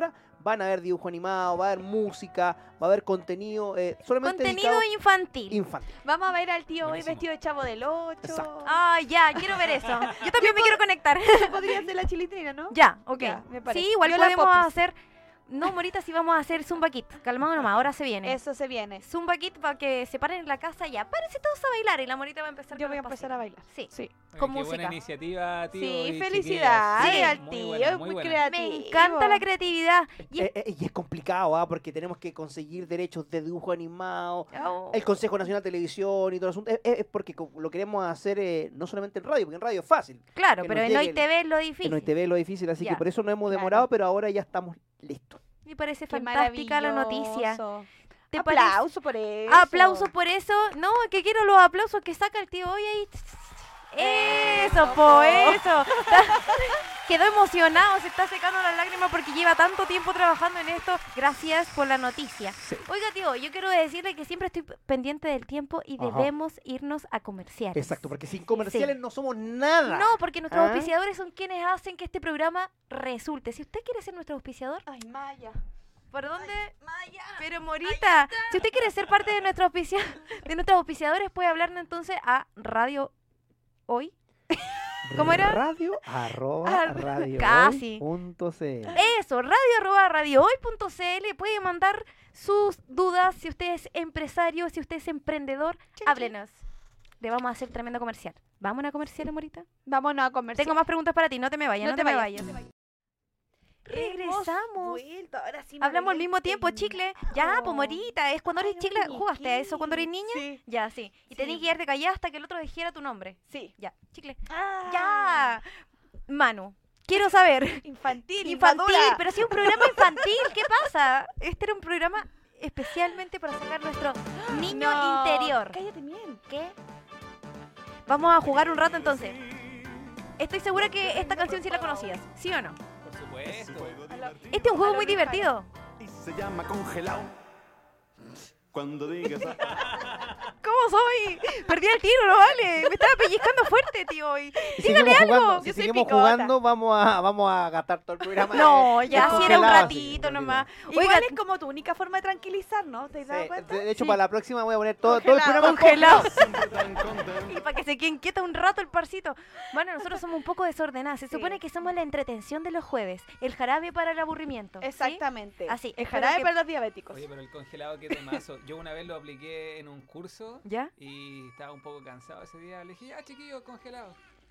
van a haber dibujo animado, va a haber música, va a haber contenido solamente Contenido dedicado infantil. infantil. Vamos a ver al tío hoy Buenísimo. vestido de Chavo del 8. Exacto. Ah, ya, quiero ver eso. Yo también me quiero conectar. Podría ser la chilitrina, ¿no? Ya, ok. Ya, me parece. Sí, igual Yo la podemos popis. hacer... No, Morita, sí vamos a hacer Zumba Kit. Calmado nomás, ahora se viene. Eso se viene. Zumba Kit para que se paren en la casa ya. Párense todos a bailar y la Morita va a empezar Yo con voy a los empezar a pasitos. bailar. Sí. Sí. Oye, con qué música. buena iniciativa, tío. Sí, y felicidades chiquillas. al Muy tío, buena, es muy buena. creativo. Me encanta la creatividad. Y Y es complicado, porque tenemos que conseguir derechos de dibujo animado, Oh. el Consejo Nacional de Televisión y todo el asunto. Es porque lo queremos hacer no solamente en radio, porque en radio es fácil. Claro, que pero nos en llegue Hoy TV es lo difícil. En Hoy TV es lo difícil, así que Ya. por eso nos hemos Claro. demorado, pero ahora ya estamos listos. Me parece Qué fantástica la noticia. ¿Te parece? Aplauso por eso. Aplausos por eso. No, que quiero los aplausos que saca el tío hoy ahí. Eso, po, eso. Quedó emocionado, se está secando las lágrimas porque lleva tanto tiempo trabajando en esto. Gracias por la noticia. Sí. Oiga, tío, yo quiero decirle que siempre estoy pendiente del tiempo y Ajá. debemos irnos a comerciales. Exacto, porque sin comerciales no somos nada. No, porque nuestros ¿Ah? auspiciadores son quienes hacen que este programa resulte. Si usted quiere ser nuestro auspiciador, Ay, Maya. ¿por dónde? Maya. Pero Morita, si usted quiere ser parte de nuestros nuestros auspiciadores, puede hablarnos entonces a Radio Hoy. ¿Cómo era? Radio arroba Ah, radio casi. punto CL. Eso, radio@radiohoy.cl. Puede mandar sus dudas. Si usted es empresario, si usted es emprendedor, háblenos. Le vamos a hacer tremendo comercial. ¿Vamos a una comercial, Morita? Vámonos a comercial. Tengo más preguntas para ti. No te me vayas, no te me vayas. no te vayas. Regresamos. Hemos vuelto, ahora sí me Hablamos al duele mismo el tiempo, chicle. Ya, pues Morita, es cuando eres Ay, chicle. no, ¿Jugaste a eso cuando eres niña? Sí. Ya, sí. Y Sí. tenías que quedarte callada hasta que el otro dijera tu nombre. Sí. Ya, chicle. Ah. Ya. Manu, quiero saber. Infantil, Infantil, inmadura. pero sí un programa infantil. ¿Qué pasa? Este era un programa especialmente para sacar nuestro niño No, interior. Cállate, miel. ¿Qué? Vamos a jugar un rato entonces. Estoy segura que esta canción sí la conocías, ¿sí o no? Por supuesto. Este es un juego A muy lo divertido. Y se llama congelado. Cuando digas ¿Cómo soy? Perdí el tiro, no vale. Me estaba pellizcando fuerte, tío. Hoy. Si Dígale seguimos algo. jugando, si Yo soy seguimos picota. jugando vamos a gastar todo el programa. No, de ya si era un congelado, ratito sí, nomás. Igual Oiga, es como tu única forma de tranquilizarnos, ¿te has dado Sí, cuenta? de hecho, Sí. para la próxima voy a poner todo el programa congelado. siempre tan contento. Y para que se quede quieta un rato el parcito. Bueno, nosotros somos un poco desordenadas. Se Sí. supone que somos la entretención de los jueves. El jarabe para el aburrimiento. ¿sí? Exactamente. Así, El espero jarabe que- para los diabéticos. Oye, pero el congelado, qué temazo. Yo una vez lo apliqué en un curso ¿Ya? y estaba un poco cansado ese día. Le dije, ya, chiquillo, congelado.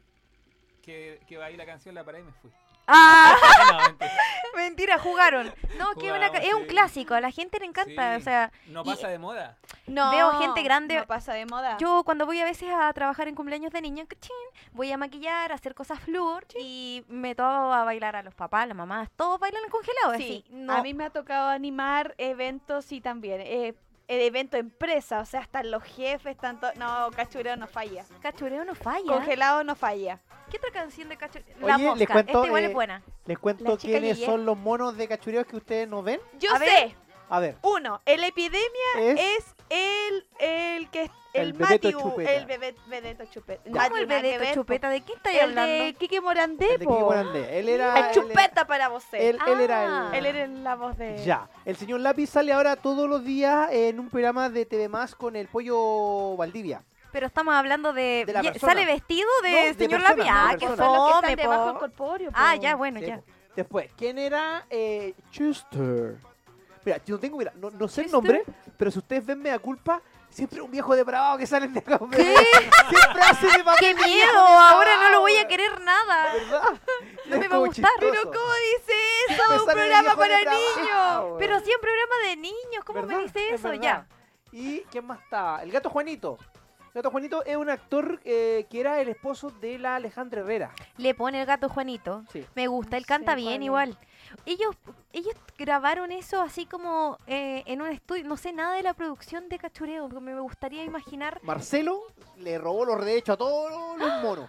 Que va ahí la canción, la paré y me fui. ¡Ah! No, mentira. Mentira, jugaron. No, que Jugamos, es un sí. clásico. A la gente le encanta. Sí. O sea, No y- pasa de moda. No, Veo gente grande- No pasa de moda. yo cuando voy a veces a trabajar en cumpleaños de niños, ¡cachín! Voy a maquillar, a hacer cosas flúor y meto a bailar a los papás, a las mamás. Todos bailan en congelado. Sí, así. No, a mí me ha tocado animar eventos y también evento empresa, o sea, están los jefes, tanto no, cachureo no falla. Cachureo no falla. Congelado no falla. ¿Qué otra canción de cachureo? Oye, La les mosca. cuento, Esta igual es eh, buena. Les cuento La chica quiénes Yeye. son los monos de cachureos que ustedes no ven. Yo A sé, ver. A ver, uno, el epidemia es el que El el Bebeto Matthew, Chupeta. el Bebeto Chupeta. Ya. ¿Cómo Matthew, el nada que Bebeto ver, Chupeta? ¿De qué po. estáis El hablando? de Quique Morandé, el de Kiki po. Morandé. Él era El Chupeta para vos. Él era Ah. Él era la voz de... Ya, el señor Lápiz sale ahora todos los días en un programa de TV Más con el Pollo Valdivia. Pero estamos hablando de... De la Ye- persona. ¿Sale vestido de No, de señor persona, Lapi? no, Ah, de qué persona. Son los que fome, están debajo po. del corpóreo, po. Ah, ya, bueno, Sí, ya. po. Después, ¿quién era Chester? Mira, yo no tengo, mira, no sé el ¿Chester? nombre, pero si ustedes ven Mea Culpa, siempre un viejo depravado que sale de acá. Siempre hace de papel ¡Qué de miedo! viejo Ahora no lo depravado, voy a weón. querer nada. ¿Verdad? No Es me va a como gustar. Pero chistoso. ¿cómo dice eso Me de un sale de programa viejo para depravado, niños? weón. Pero sí un programa de niños. ¿Cómo me ¿Verdad? dice Es eso? verdad. Ya. ¿Y quién más estaba? El Gato Juanito. El Gato Juanito es un actor que era el esposo de la Alejandra Herrera. Le pone el gato Juanito. Sí. Me gusta, él No canta sé bien cuál es. igual. Ellos grabaron eso así como en un estudio. No sé nada de la producción de Cachureo, porque me gustaría imaginar. Marcelo le robó los derechos a todos los monos.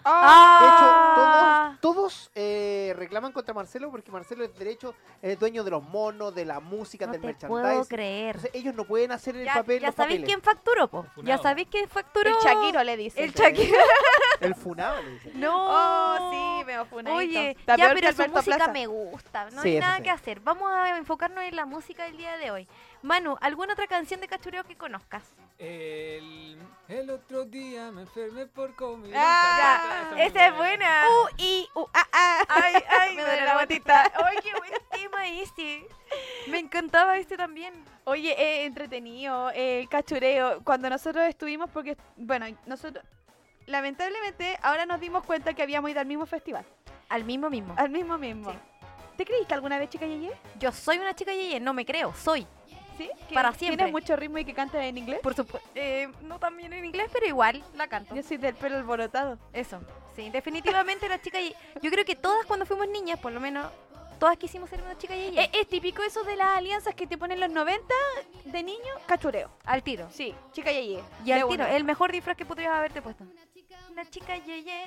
Ah. De hecho, todos reclaman contra Marcelo porque Marcelo es dueño de los monos, de la música, No del te merchandising. puedo creer. Entonces, ellos no pueden hacer el Ya, papel. ya los sabéis papeles. quién facturó, po. Ya Funado. sabéis quién facturó. El Shakiro le dice. El Shakiro. El funado le dicen. No. Oh, sí, me funadito. Oye, Está ya, peor que pero su Alberto música Plaza. me gusta. No, hay eso nada sí. que hacer. Vamos a enfocarnos en la música del día de hoy. Manu, ¿alguna otra canción de cachureo que conozcas? El otro día me enfermé por comer. Esa es buena. Ay, me duele la guatita. Ay, qué buen tema este. Me encantaba este también. Oye, entretenido, el cachureo. Cuando nosotros estuvimos, porque, bueno, nosotros, lamentablemente, ahora nos dimos cuenta que habíamos ido al mismo festival. Al mismo mismo. Al mismo. Sí. ¿Te creíste alguna vez, chica Yeye? Yo soy una chica yeye, no me creo, soy. ¿Sí? ¿Que Para siempre. ¿Tienes mucho ritmo y que cantas en inglés? Por supuesto. No también en inglés, pero igual la canto. Yo soy del pelo alborotado. Eso. Sí, definitivamente la chica yeye. Yo creo que todas cuando fuimos niñas, por lo menos, todas quisimos ser una chica yeye. Es típico eso de las alianzas que te ponen los 90 de niño, cachureo. Al tiro. Sí, chica Yeye. Y al de tiro, una. el mejor disfraz que podrías haberte puesto. Una chica yeye.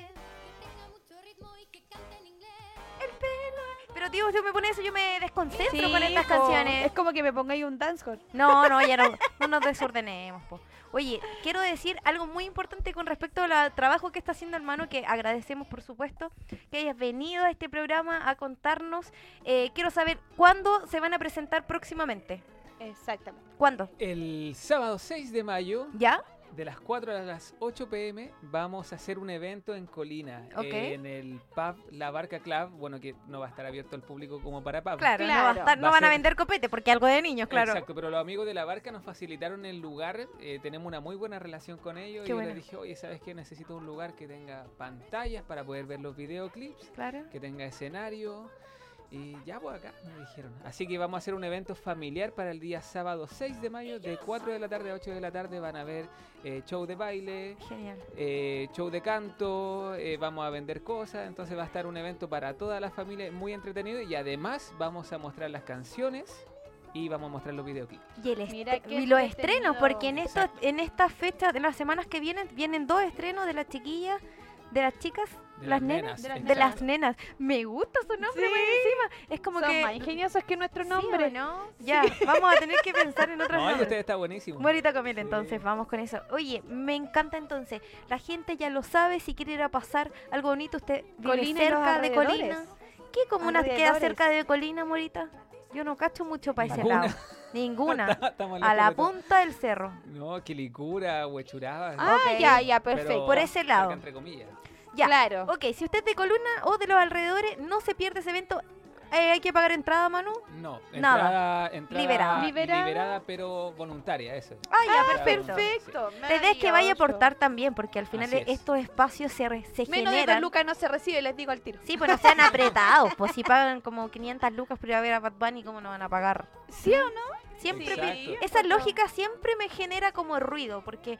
El pelo. Pero tío, si me pone eso, yo me desconcentro Sí, con estas po. canciones. Es como que me pongáis un dancehall. No, ya no nos desordenemos, po. Oye, quiero decir algo muy importante con respecto al trabajo que está haciendo el Manu, que agradecemos, por supuesto, que hayas venido a este programa a contarnos. Quiero saber cuándo se van a presentar próximamente. Exactamente. ¿Cuándo? El sábado 6 de mayo, ¿Ya? de las 4 a las 8 pm, vamos a hacer un evento en Colina, Ok. en el pub La Barca Club, bueno, que no va a estar abierto al público como para pub. Claro, no, Claro. no Va a van a ser- vender copete porque algo de niños, claro. Exacto, pero los amigos de La Barca nos facilitaron el lugar, tenemos una muy buena relación con ellos, Qué y yo bueno. les dije, oye, ¿sabes qué? Necesito un lugar que tenga pantallas para poder ver los videoclips, Claro. que tenga escenario. Y ya pues acá me dijeron. Así que vamos a hacer un evento familiar para el día sábado 6 de mayo, de 4 de la tarde a 8 de la tarde. Van a ver show de baile, Genial. show de canto, vamos a vender cosas. Entonces va a estar un evento para toda la familia muy entretenido. Y además vamos a mostrar las canciones y vamos a mostrar los videoclips. Y, Mira qué y los entretenido. estrenos, porque en estas fechas, en las semanas que vienen 2 estrenos de las chiquillas, de las chicas, De las las nenas, nenas, de las exacto. nenas. Me gusta su nombre Sí. más encima. Es como Son que... más ingeniosos que nuestro ¿Sí nombre. o no? Ya, vamos a tener que pensar en otros No, y nombres. usted está buenísimo. Morita Cometa, Sí. entonces, vamos con eso. Oye, me encanta entonces. La gente ya lo sabe, si quiere ir a pasar algo bonito, usted vive Colina y los cerca de Colina. alrededores. ¿Qué comuna queda Alrededores. cerca de Colina, Morita? Yo no cacho mucho para ese Ninguna. lado. Ninguna. Estamos A lejos la de todo. punta del cerro. No, Quilicura, Huechuraba. Ah, Ok. ya, pero perfecto. por ese cerca, lado. entre comillas. Ya. Claro. Ok, si usted es de Colina o de los alrededores, no se pierde ese evento. ¿Hay que pagar entrada, Manu? No, Nada. entrada Liberada. Liberada. pero voluntaria, eso. Ah, ya, perfecto. Perfecto. La idea es que vaya a maravilloso. aportar también, porque al final Así es. estos espacios se Menos de 2 generan. lucas no se recibe, les digo al tiro. Sí, pues no sean apretados, pues si pagan como 500 lucas por ir a ver a Bad Bunny, ¿cómo no van a pagar? ¿Sí o no? Siempre Exacto. esa lógica siempre me genera como ruido, porque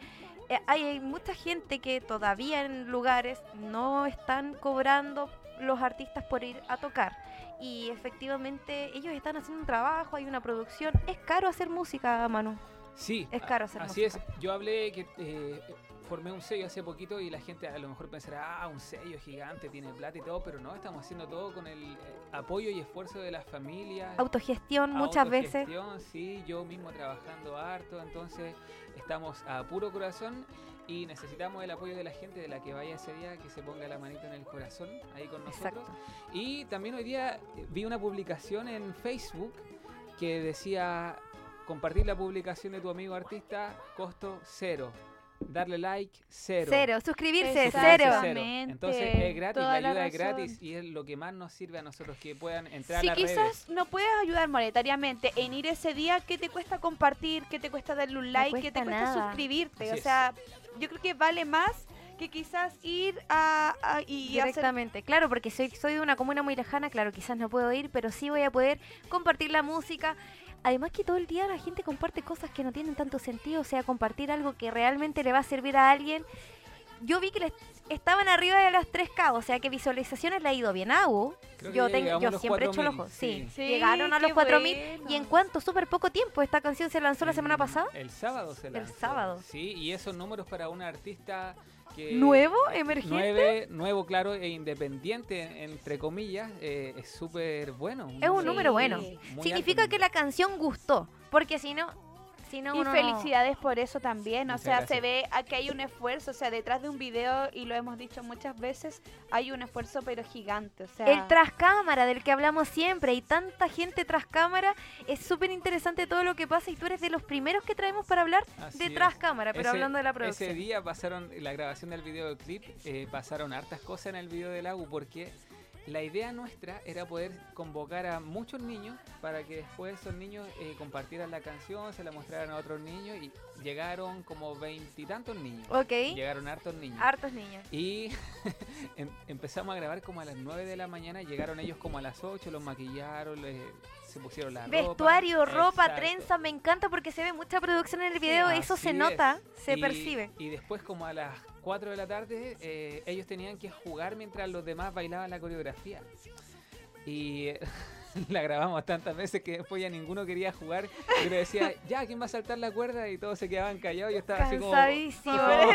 hay mucha gente que todavía en lugares no están cobrando los artistas por ir a tocar. Y efectivamente ellos están haciendo un trabajo, hay una producción. Es caro hacer música, Manu. Sí, Es caro hacer así música. es. Yo hablé que formé un sello hace poquito y la gente a lo mejor pensará, un sello gigante, tiene plata y todo, pero no, estamos haciendo todo con el apoyo y esfuerzo de las familias. Autogestión muchas veces. Autogestión, sí, yo mismo trabajando harto, entonces estamos a puro corazón y necesitamos el apoyo de la gente, de la que vaya ese día, que se ponga la manito en el corazón ahí con nosotros. Exacto. Y también hoy día vi una publicación en Facebook que decía, compartir la publicación de tu amigo artista, costo 0. Darle like, 0. Cero, suscribirse, Exacto. cero. Cero. Entonces es gratis, la Toda la ayuda es razón. gratis y es lo que más nos sirve a nosotros, que puedan entrar Si a las quizás redes. no puedes ayudar monetariamente en ir ese día, ¿qué te cuesta compartir? ¿Qué te cuesta darle un like? ¿Qué te cuesta cuesta nada. suscribirte? Así O es. sea, yo creo que vale más que quizás ir y hacer... Directamente, claro, porque soy de una comuna muy lejana, claro, quizás no puedo ir, pero sí voy a poder compartir la música. Además que todo el día la gente comparte cosas que no tienen tanto sentido, o sea, compartir algo que realmente le va a servir a alguien. Yo vi que estaban arriba de las 3K, o sea que visualizaciones le ha ido bien a Hugo. Creo que Yo, ya llegamos a yo los siempre he hecho el 4.000, ojo. Sí, Sí, llegaron a los qué 4.000 bueno. y en cuanto súper poco tiempo, esta canción se lanzó la semana pasada. El sábado se lanzó. sábado. Sí, y esos números para un artista que... ¿Nuevo? ¿Emergente? Nuevo, claro, e independiente, entre comillas, es súper bueno. Es un número bueno. muy Significa alto. que la canción gustó, porque si no, Si no, Y uno no- felicidades por eso también, o Muchas sea, gracias. se ve que hay un esfuerzo, o sea, detrás de un video, y lo hemos dicho muchas veces, hay un esfuerzo pero gigante, o sea... El tras cámara del que hablamos siempre, hay tanta gente tras cámara, es súper interesante todo lo que pasa y tú eres de los primeros que traemos para hablar Así de es. tras cámara, pero Ese- hablando de la Ese producción. día pasaron la grabación del videoclip, pasaron hartas cosas en el video del AGU porque la idea nuestra era poder convocar a muchos niños para que después esos niños compartieran la canción, se la mostraran a otros niños y llegaron como 20 y tantos niños. Ok, Llegaron hartos niños. hartos niños. Y empezamos a grabar como a las 9 de la mañana, llegaron ellos como a las 8, los maquillaron, se pusieron la ropa. Vestuario, ropa, Exacto. trenza, me encanta porque se ve mucha producción en el video, eso Así se es. nota, se Y- percibe. Y después como a las 4 de la tarde ellos tenían que jugar mientras los demás bailaban la coreografía. Y la grabamos tantas veces que después ya ninguno quería jugar. Yo le decía, ya, ¿quién va a saltar la cuerda? Y todos se quedaban callados. Yo estaba así como... Cansadísimo.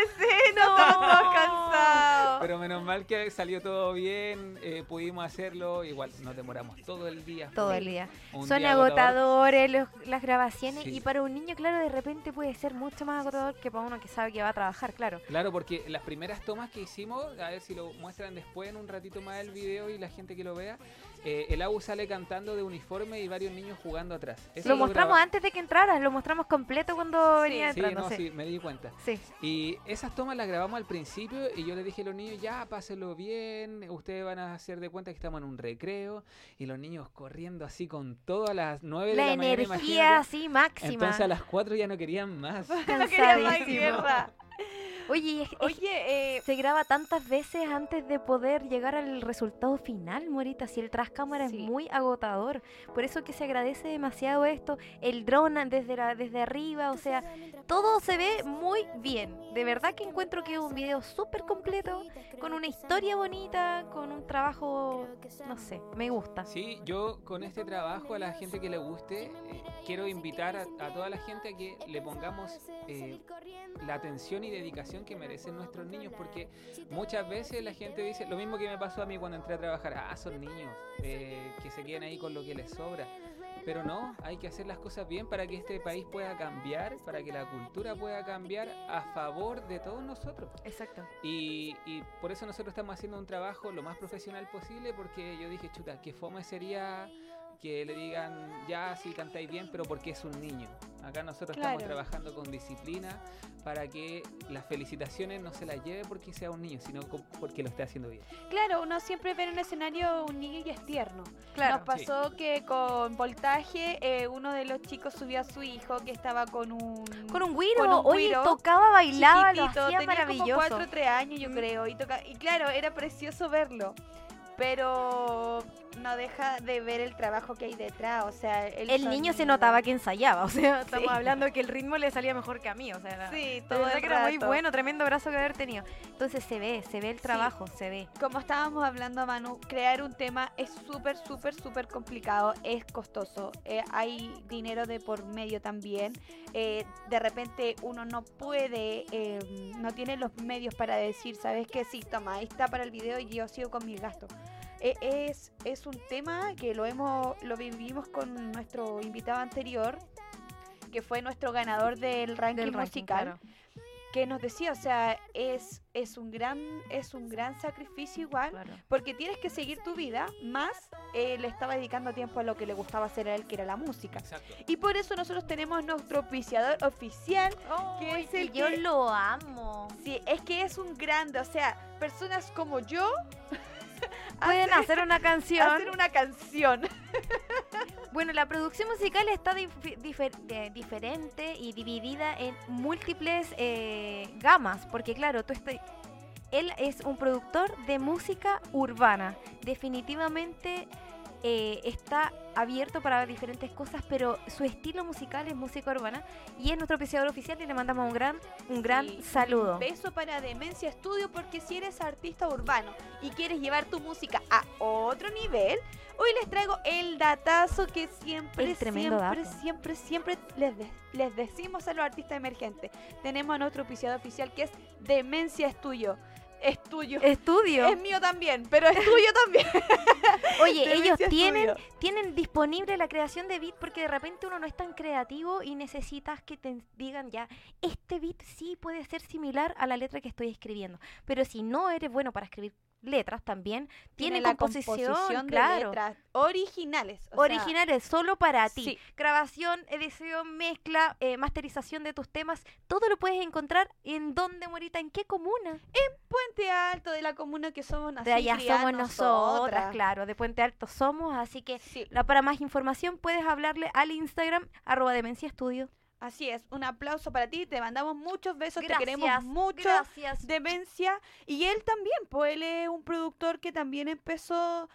no estamos todos cansados. Pero menos mal que salió todo bien, pudimos hacerlo. Igual nos demoramos todo el día. Todo fue el día. un Son día agotador. agotadores las grabaciones Sí. y para un niño, claro, de repente puede ser mucho más agotador que para uno que sabe que va a trabajar, claro. Claro, porque las primeras tomas que hicimos, a ver si lo muestran después en un ratito más el video y la gente que lo vea, el AU sale cantando de uniforme y varios niños jugando atrás. Eso Lo mostramos graba- antes de que entraras, lo mostramos completo cuando Sí. venía Sí, entrando. no, Sí, sí, me di cuenta. sí. Y esas tomas las grabamos al principio y yo les dije a los niños, ya, pásenlo bien, ustedes van a hacer de cuenta que estamos en un recreo y los niños corriendo así con todo a las 9 de La la mañana, energía imagínate. así máxima. Entonces a las 4 ya no querían más. No quería más Cansadísimo. guerra. Oye, y Oye, se graba tantas veces antes de poder llegar al resultado final, Morita. Si el tras cámara Sí. es muy agotador. Por eso que se agradece demasiado esto. El drone desde arriba, o sea, todo se ve muy bien. De verdad que encuentro que es un video súper completo, con una historia bonita, con un trabajo, no sé, me gusta. Sí, yo con este trabajo a la gente que le guste, quiero invitar a toda la gente a que le pongamos la atención y dedicación que merecen nuestros niños, porque muchas veces la gente dice, lo mismo que me pasó a mí cuando entré a trabajar, son niños que se quedan ahí con lo que les sobra. Pero no, hay que hacer las cosas bien para que este país pueda cambiar, para que la cultura pueda cambiar a favor de todos nosotros. Exacto. Y por eso nosotros estamos haciendo un trabajo lo más profesional posible, porque yo dije, chuta, qué fome sería que le digan, ya, sí, cantáis bien, pero porque es un niño. Acá nosotros Claro. estamos trabajando con disciplina para que las felicitaciones no se las lleve porque sea un niño, sino porque lo esté haciendo bien. claro, uno siempre ve en un escenario un niño y es tierno. Claro. Nos pasó que con Voltaje uno de los chicos subió a su hijo que estaba con un Güiro, con un oye, güiro tocaba, bailaba, lo chiquitito, hacía tenía maravilloso. como 4 o 3 años yo Mm. creo, y claro, era precioso verlo, pero no deja de ver el trabajo que hay detrás, o sea, El niño se notaba que ensayaba, o sea, estamos Sí. hablando que el ritmo le salía mejor que a mí, o sea, era, Sí, de todo verdad el que era muy rato. bueno, tremendo brazo que haber tenido. Entonces se ve el trabajo, se ve. Como estábamos hablando, Manu, crear un tema es súper, súper, súper complicado, es costoso, hay dinero de por medio también, de repente uno no puede, no tiene los medios para decir, ¿sabes qué? Sí, toma, ahí está para el video y yo sigo con mis gastos. Es un tema que lo vivimos con nuestro invitado anterior, que fue nuestro ganador del ranking musical, claro. que nos decía, o sea, es un gran sacrificio igual, Claro. porque tienes que seguir tu vida, más le estaba dedicando tiempo a lo que le gustaba hacer a él, que era la música. Exacto. Y por eso nosotros tenemos nuestro auspiciador oficial, que Ay, es el que yo que- lo amo. sí, es que es un grande, o sea, personas como yo Pueden hacer una canción. hacen una canción. Bueno, la producción musical está diferente y dividida en múltiples gamas, porque claro, él es un productor de música urbana. Definitivamente está abierto para diferentes cosas, pero su estilo musical es música urbana y es nuestro auspiciador oficial y le mandamos un gran Sí, saludo. Un beso para Demencia Studio, porque si eres artista urbano y quieres llevar tu música a otro nivel, hoy les traigo el datazo que siempre, El tremendo siempre les decimos a los artistas emergentes. Tenemos a nuestro auspiciador oficial que es Demencia Studio. tuyo. Estudio. Es mío también, pero es tuyo también. Oye, ellos Demencia tienen disponible la creación de beat porque de repente uno no es tan creativo y necesitas que te digan ya, este beat sí puede ser similar a la letra que estoy escribiendo. Pero si no eres bueno para escribir letras también, tiene la composición, de claro. letras originales. o sea, Originales, solo para ti. sí. Grabación, edición, mezcla, masterización de tus temas, todo lo puedes encontrar en dónde, Morita, en qué comuna. Puente Alto, de la comuna que somos De nacidas. allá somos nosotras, claro, de Puente Alto somos, así que Sí, para más información puedes hablarle al Instagram @demenciaestudio. así es. Un aplauso para ti. Te mandamos muchos besos. Gracias, te queremos mucho. gracias. Demencia. Y él también, pues él es un productor que también empezó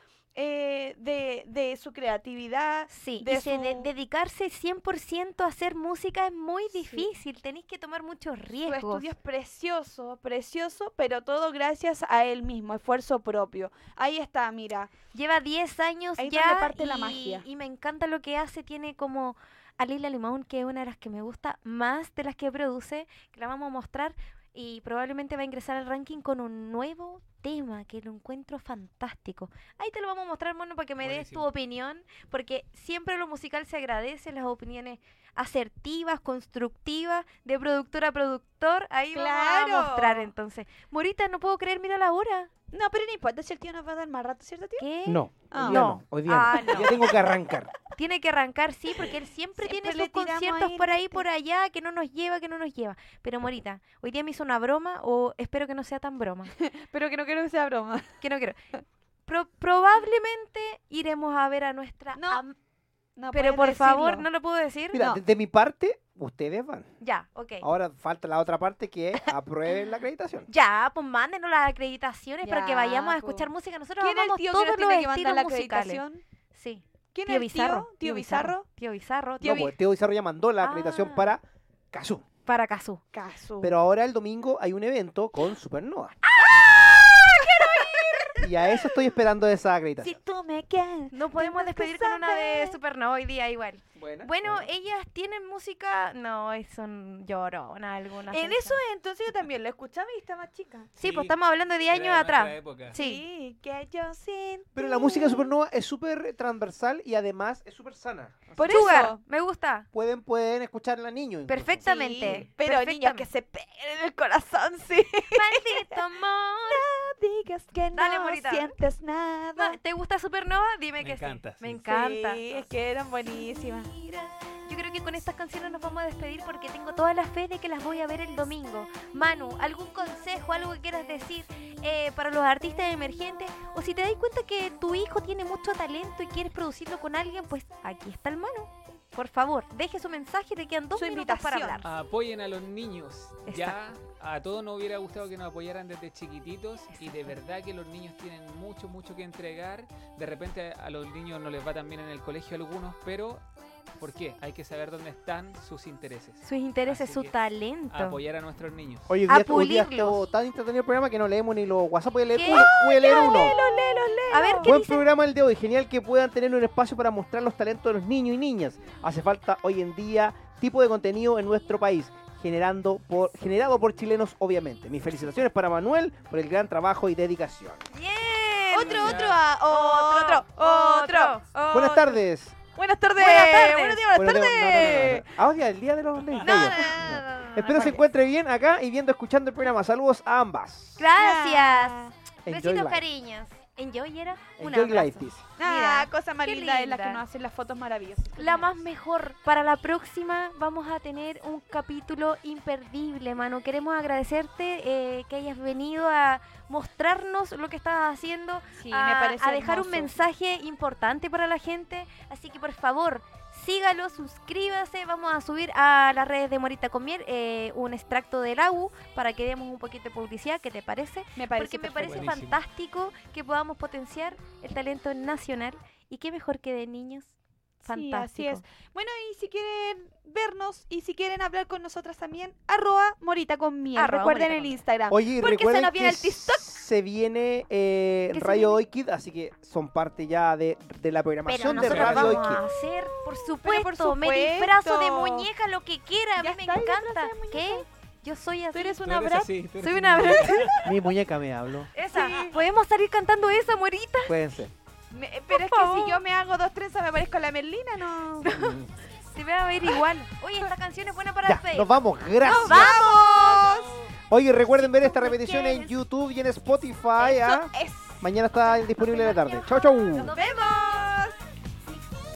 de su creatividad. Sí, de y dedicarse 100% a hacer música es muy difícil, tenéis que tomar muchos Su riesgos. estudio es precioso, precioso, pero todo gracias a él mismo, esfuerzo propio. Ahí está, mira. Lleva 10 años Ahí es ya donde parte la magia. y me encanta lo que hace, tiene como a Lila Limón, que es una de las que me gusta más de las que produce, que la vamos a mostrar y probablemente va a ingresar al ranking con un nuevo tema que lo encuentro fantástico. Ahí te lo vamos a mostrar, Mono, para que me des tu Buenísimo. opinión, porque siempre lo musical se agradece, las opiniones asertivas, constructivas, de productor a productor, ahí vamos a ¡Claro! mostrar entonces. Morita, no puedo creer, mira la hora. No, pero no importa si el tío nos va a dar más rato, ¿cierto, tío? ¿Qué? No, Ah. hoy día No. no. Hoy día Ah, no. no. Ya tengo que arrancar. Tiene que arrancar, sí, porque él siempre Siempre tiene le sus tiramos conciertos ahí, por ahí, por allá, que no nos lleva. Pero Morita, hoy día me hizo una broma o espero que no sea tan broma. Pero que no quiero que sea broma. Que no quiero. Probablemente iremos a ver a nuestra... No, No pero puedes por favor, decirlo. no lo puedo decir. Mira, No. de mi parte, ustedes van. Ya, ok. Ahora falta la otra parte que es aprueben la acreditación. Ya, pues mándenos las acreditaciones para que Ya, vayamos a po. escuchar música. Nosotros ¿Quién es el amamos tío que todos nos los tiene que mandar estilos la musicales. acreditación? Sí. ¿Quién Tío es el Bizarro. Tío Bizarro. Tío Bizarro. Tío No, pues Teo Bizarro ya mandó la Ah. acreditación para Cazú. Para Cazú. Caso. Pero ahora el domingo hay un evento con Supernova. ¡Ah! Y a eso estoy esperando esa Si acreditación. tú me quieres. No podemos tienes que despedir con una de saber. Supernova hoy día igual. Buena, Bueno, buena. ellas tienen música... No, son lloronas algunas. En eso entonces yo también lo escuchaba y estaba chica. Sí, Sí, pues estamos hablando de 10 Era años de nuestra atrás. época. Sí. que yo sin Pero la música de Supernova es súper transversal y además es súper sana. Así Por que Sugar, eso. me gusta. pueden escucharla niños. incluso. Perfectamente. Sí, pero niños que se peguen en el corazón, sí. Maldito amor. Digas que Dale, no Morita. sientes nada. ¿Te gusta Supernova? Dime Me que encanta, sí. Me sí. encanta. Sí, es que eran buenísimas. Yo creo que con estas canciones nos vamos a despedir porque tengo toda la fe de que las voy a ver el domingo. Manu, ¿algún consejo, algo que quieras decir para los artistas emergentes? O si te das cuenta que tu hijo tiene mucho talento y quieres producirlo con alguien, pues aquí está el Manu. Por favor, deje su mensaje, te quedan 2 Su minutos para invitación. hablar. Apoyen a los niños. Ya Exacto. a todos nos hubiera gustado que nos apoyaran desde chiquititos y de verdad que los niños tienen mucho, mucho que entregar. De repente a los niños no les va tan bien en el colegio algunos, pero ¿por qué? Hay que saber dónde están sus intereses. Sus intereses, Así su que talento. Apoyar a nuestros niños. Hoy A día pulirlos. estuvo tan entretenido el programa que no leemos ni los WhatsApp. Voy a leer, ¿Qué? voy a leer uno. A ver, ¿qué Buen dice? programa el de hoy, genial que puedan tener un espacio para mostrar los talentos de los niños y niñas. Hace falta hoy en día tipo de contenido en nuestro país, generado por chilenos obviamente. Mis felicitaciones para Manuel por el gran trabajo y dedicación. Bien. Otro. Buenas tardes. Buenas tardes. Buenas tardes. Buenos días, buenas tardes. Ah, ya, el día de los leyes. No, no, Ya. no, no, Espero no, se no. encuentre bien acá y viendo, escuchando el programa. Saludos a ambas. Gracias. Enjoy Besitos, life. cariños. Enjoy era un Enjoy abrazo. life, dice. Ah, Mira, cosa más qué linda es la que linda. nos hacen las fotos maravillosas. La más mejor. Para la próxima vamos a tener un capítulo imperdible, mano. Queremos agradecerte que hayas venido a mostrarnos lo que estás haciendo, Sí, a, me parece a dejar un hermoso. mensaje importante para la gente. Así que por favor, sígalo, suscríbase. Vamos a subir a las redes de Morita con Miel un extracto del AU para que demos un poquito de publicidad. ¿Qué te parece? Me parece Porque me perfecto. parece Buenísimo. fantástico que podamos potenciar el talento nacional. Y qué mejor que de niños. Sí, así Fantástico. es. Bueno, y si quieren vernos y si quieren hablar con nosotras también, @Morita con Miel. Arroba Recuerden Morita el con Instagram. Oye, y Porque se recuerden nos viene que el TikTok. se viene se Radio viene? Hoy Kid, así que son parte ya de la Pero programación de nosotros Radio Hoy vamos Kid. a hacer, por supuesto, me supuesto. disfrazo de muñeca, lo que quiera, a Ya mí me está ahí encanta. disfrazada de ¿Qué? Yo soy así. ¿Tú eres Tú una eres Brat? así, tú eres Soy una Brat. Mi muñeca me hablo. Esa. ¿Podemos salir cantando esa, Morita? Pueden ser. Pero es que favor. si yo me hago 2 trenzas me parezco a la Merlina, no. Se me va a ver igual. Oye, esta canción es buena para Ya, despedir. nos vamos. Gracias. ¡Vamos! Oye, recuerden ver esta repetición en YouTube y en Spotify. ¿ah? Eso es. Mañana está disponible en la tarde. Chau, chau. Nos vemos.